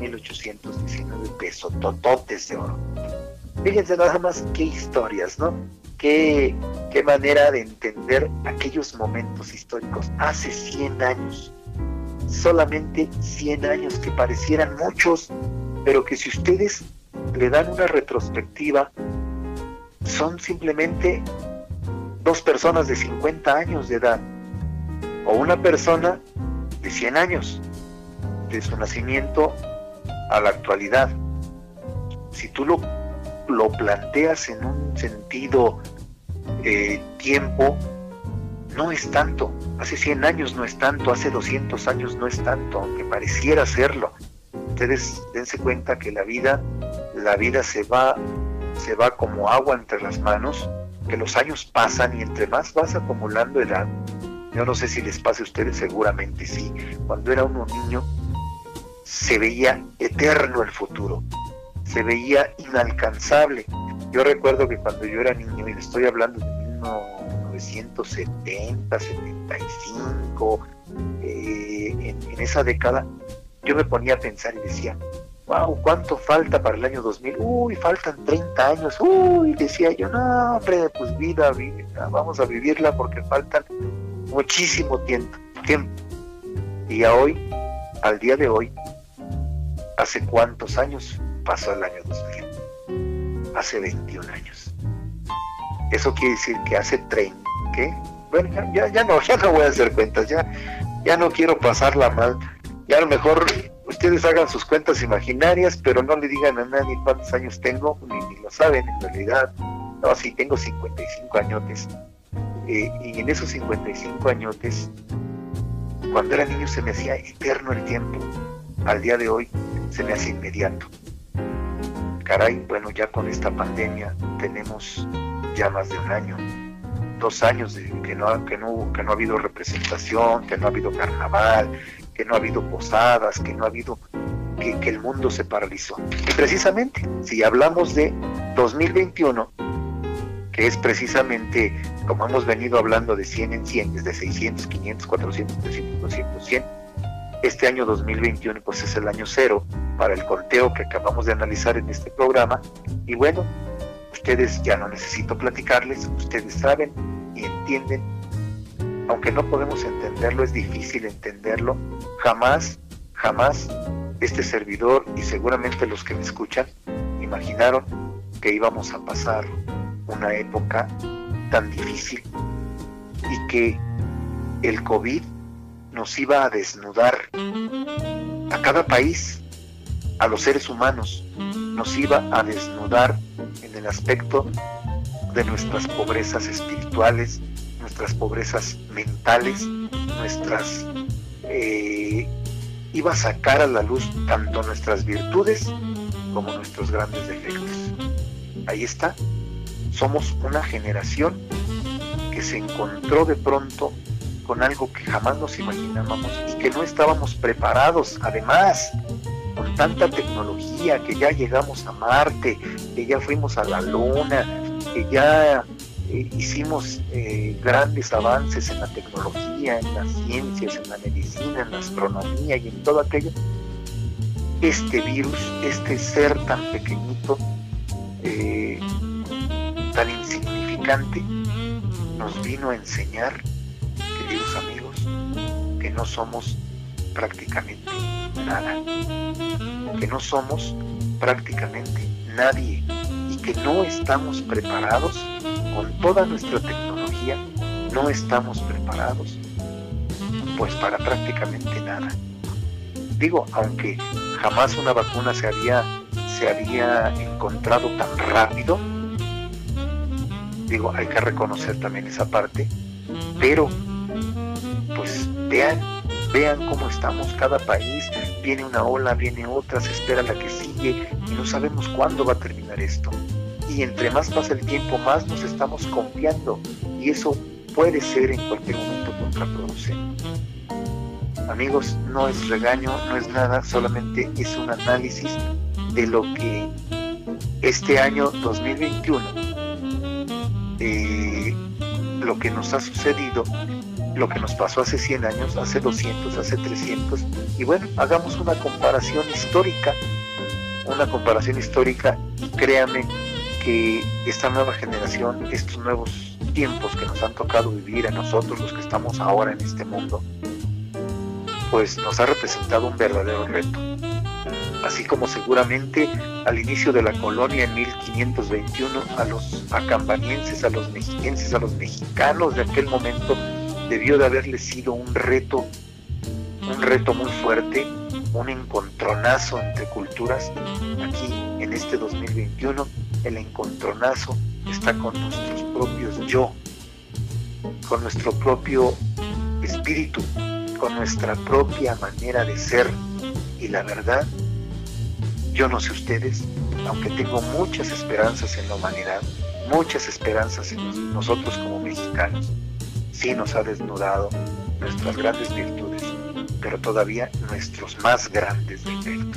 4,819 pesos, tototes de oro. Fíjense nada más qué historias, ¿no? Qué manera de entender aquellos momentos históricos hace 100 años. Solamente 100 años que parecieran muchos, pero que si ustedes le dan una retrospectiva, son simplemente 2 personas de 50 años de edad, o una persona de 100 años, de su nacimiento a la actualidad. Si tú lo planteas en un sentido tiempo, no es tanto. Hace 100 años no es tanto, hace 200 años no es tanto, aunque pareciera serlo. Ustedes dense cuenta que la vida se va como agua entre las manos, que los años pasan y entre más vas acumulando edad, yo no sé si les pase a ustedes, seguramente sí, cuando era uno niño se veía eterno el futuro, se veía inalcanzable. Yo recuerdo que cuando yo era niño, y estoy hablando de 1970, 75, en esa década, yo me ponía a pensar y decía, wow, ¿cuánto falta para el año 2000? Uy, faltan 30 años, uy, decía yo, no, hombre, pues vida, vamos a vivirla porque faltan muchísimo tiempo. Y al día de hoy, ¿hace cuántos años pasó el año 2000? Hace 21 años. Eso quiere decir que hace 30, ¿qué? Bueno, ya no voy a hacer cuentas, ya no quiero pasarla mal. Ya a lo mejor ustedes hagan sus cuentas imaginarias, pero no le digan a nadie cuántos años tengo, ni lo saben en realidad. No, sí, tengo 55 añotes. Y en esos 55 añotes, cuando era niño se me hacía eterno el tiempo. Al día de hoy se me hace inmediato. Caray, bueno, ya con esta pandemia tenemos ya más de un año, 2 años de que no ha habido representación, que no ha habido carnaval, que no ha habido posadas, que no ha habido, que el mundo se paralizó. Y precisamente, si hablamos de 2021, que es precisamente, como hemos venido hablando de 100 en 100, desde 600, 500, 400, 300, 200, 100, este año 2021 pues es el año 0 para el conteo que acabamos de analizar en este programa. Y bueno, ustedes ya no necesito platicarles, ustedes saben y entienden. Aunque no podemos entenderlo, es difícil entenderlo. Jamás este servidor y seguramente los que me escuchan imaginaron que íbamos a pasar una época tan difícil y que el COVID nos iba a desnudar a cada país, a los seres humanos, nos iba a desnudar en el aspecto de nuestras pobrezas espirituales, nuestras pobrezas mentales, iba a sacar a la luz tanto nuestras virtudes como nuestros grandes defectos. Ahí está, somos una generación que se encontró de pronto con algo que jamás nos imaginábamos y que no estábamos preparados. Además, con tanta tecnología, que ya llegamos a Marte, que ya fuimos a la Luna, que ya hicimos grandes avances en la tecnología, en las ciencias, en la medicina, en la astronomía y en todo aquello. Este virus, este ser tan pequeñito, tan insignificante, contrincante nos vino a enseñar, queridos amigos, que no somos prácticamente nada, que no somos prácticamente nadie y que no estamos preparados con toda nuestra tecnología, no estamos preparados pues para prácticamente nada. Digo, aunque jamás una vacuna se había encontrado tan rápido, digo, hay que reconocer también esa parte, pero pues vean cómo estamos, cada país, viene una ola, viene otra, se espera la que sigue y no sabemos cuándo va a terminar esto. Y entre más pasa el tiempo, más nos estamos confiando y eso puede ser en cualquier momento contraproducente. Amigos, no es regaño, no es nada, solamente es un análisis de lo que este año 2021, lo que nos ha sucedido, lo que nos pasó hace 100 años, hace 200, hace 300, y bueno, hagamos una comparación histórica, y créame que esta nueva generación, estos nuevos tiempos que nos han tocado vivir a nosotros, los que estamos ahora en este mundo, pues nos ha representado un verdadero reto. Así como seguramente al inicio de la colonia en 1521 a los acambanienses, a los mexiquenses, a los mexicanos de aquel momento debió de haberles sido un reto muy fuerte, un encontronazo entre culturas. Aquí en este 2021 el encontronazo está con nuestros propios yo, con nuestro propio espíritu, con nuestra propia manera de ser. Y la verdad, yo no sé ustedes, aunque tengo muchas esperanzas en la humanidad, muchas esperanzas en nosotros como mexicanos, sí nos ha desnudado nuestras grandes virtudes, pero todavía nuestros más grandes defectos.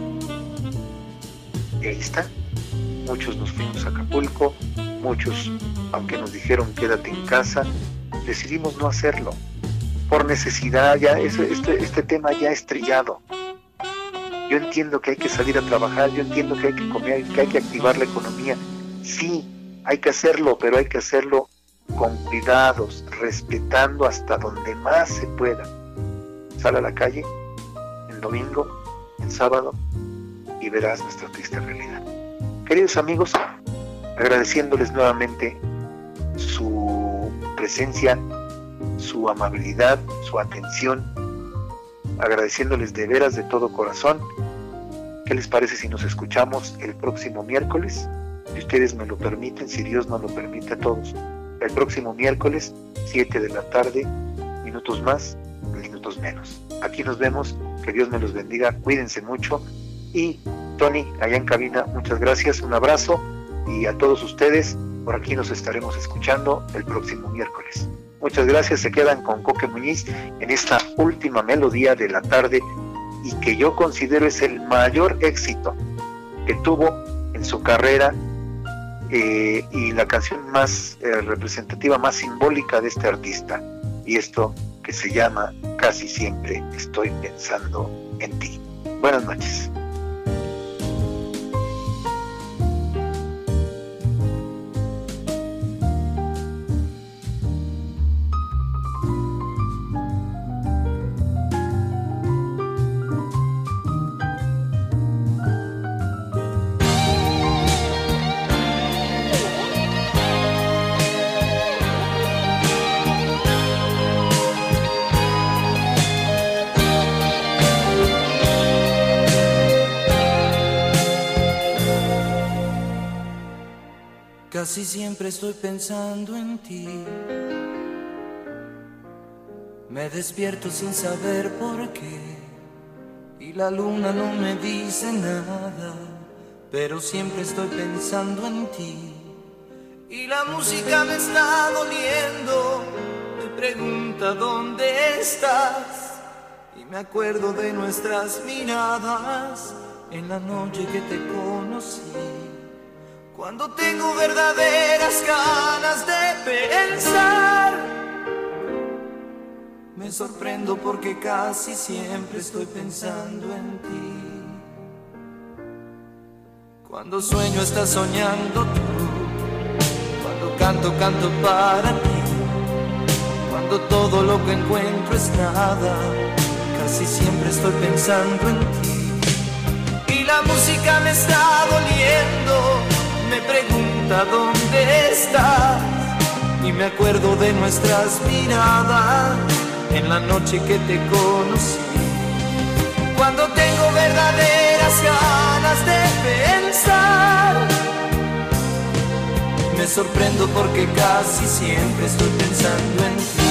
Y ahí está. Muchos nos fuimos a Acapulco, muchos, aunque nos dijeron quédate en casa, decidimos no hacerlo. Por necesidad, ya este tema ya es trillado. Yo entiendo que hay que salir a trabajar, yo entiendo que hay que comer, que hay que activar la economía. Sí, hay que hacerlo, pero hay que hacerlo con cuidados, respetando hasta donde más se pueda. Sal a la calle en domingo, en sábado, y verás nuestra triste realidad. Queridos amigos, agradeciéndoles nuevamente su presencia, su amabilidad, su atención, agradeciéndoles de veras de todo corazón. ¿Qué les parece si nos escuchamos el próximo miércoles? Si ustedes me lo permiten, si Dios nos lo permite a todos. El próximo miércoles, 7 de la tarde, minutos más, minutos menos. Aquí nos vemos, que Dios me los bendiga, cuídense mucho. Y Tony, allá en cabina, muchas gracias, un abrazo. Y a todos ustedes, por aquí nos estaremos escuchando el próximo miércoles. Muchas gracias, se quedan con Coque Muñiz en esta última melodía de la tarde y que yo considero es el mayor éxito que tuvo en su carrera y la canción más representativa, más simbólica de este artista, y esto que se llama Casi siempre estoy pensando en ti. Buenas noches. Casi siempre estoy pensando en ti. Me despierto sin saber por qué y la luna no me dice nada, pero siempre estoy pensando en ti. Y la música me está doliendo, me pregunta dónde estás, y me acuerdo de nuestras miradas en la noche que te conocí. Cuando tengo verdaderas ganas de pensar, me sorprendo porque casi siempre estoy pensando en ti. Cuando sueño estás soñando tú, cuando canto, canto para ti. Cuando todo lo que encuentro es nada, casi siempre estoy pensando en ti. Y la música me está doliendo, me pregunta dónde estás. Y me acuerdo de nuestras miradas en la noche que te conocí. Cuando tengo verdaderas ganas de pensar, me sorprendo porque casi siempre estoy pensando en ti.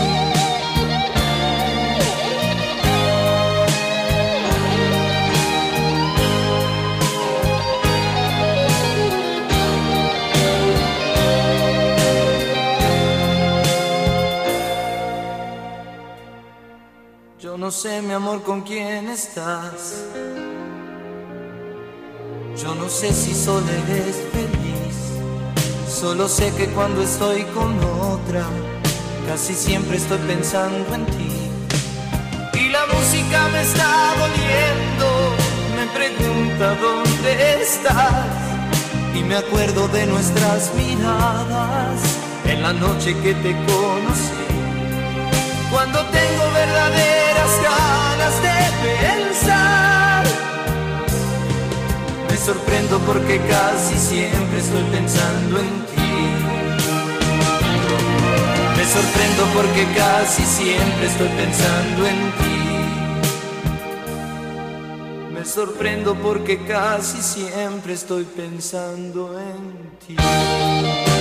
Yo no sé, mi amor, con quién estás. Yo no sé si solo eres feliz. Solo sé que cuando estoy con otra, casi siempre estoy pensando en ti. Y la música me está doliendo, me pregunta dónde estás. Y me acuerdo de nuestras miradas en la noche que te conocí. Cuando tengo verdaderas ganas de pensar, me sorprendo porque casi siempre estoy pensando en ti. Me sorprendo porque casi siempre estoy pensando en ti. Me sorprendo porque casi siempre estoy pensando en ti.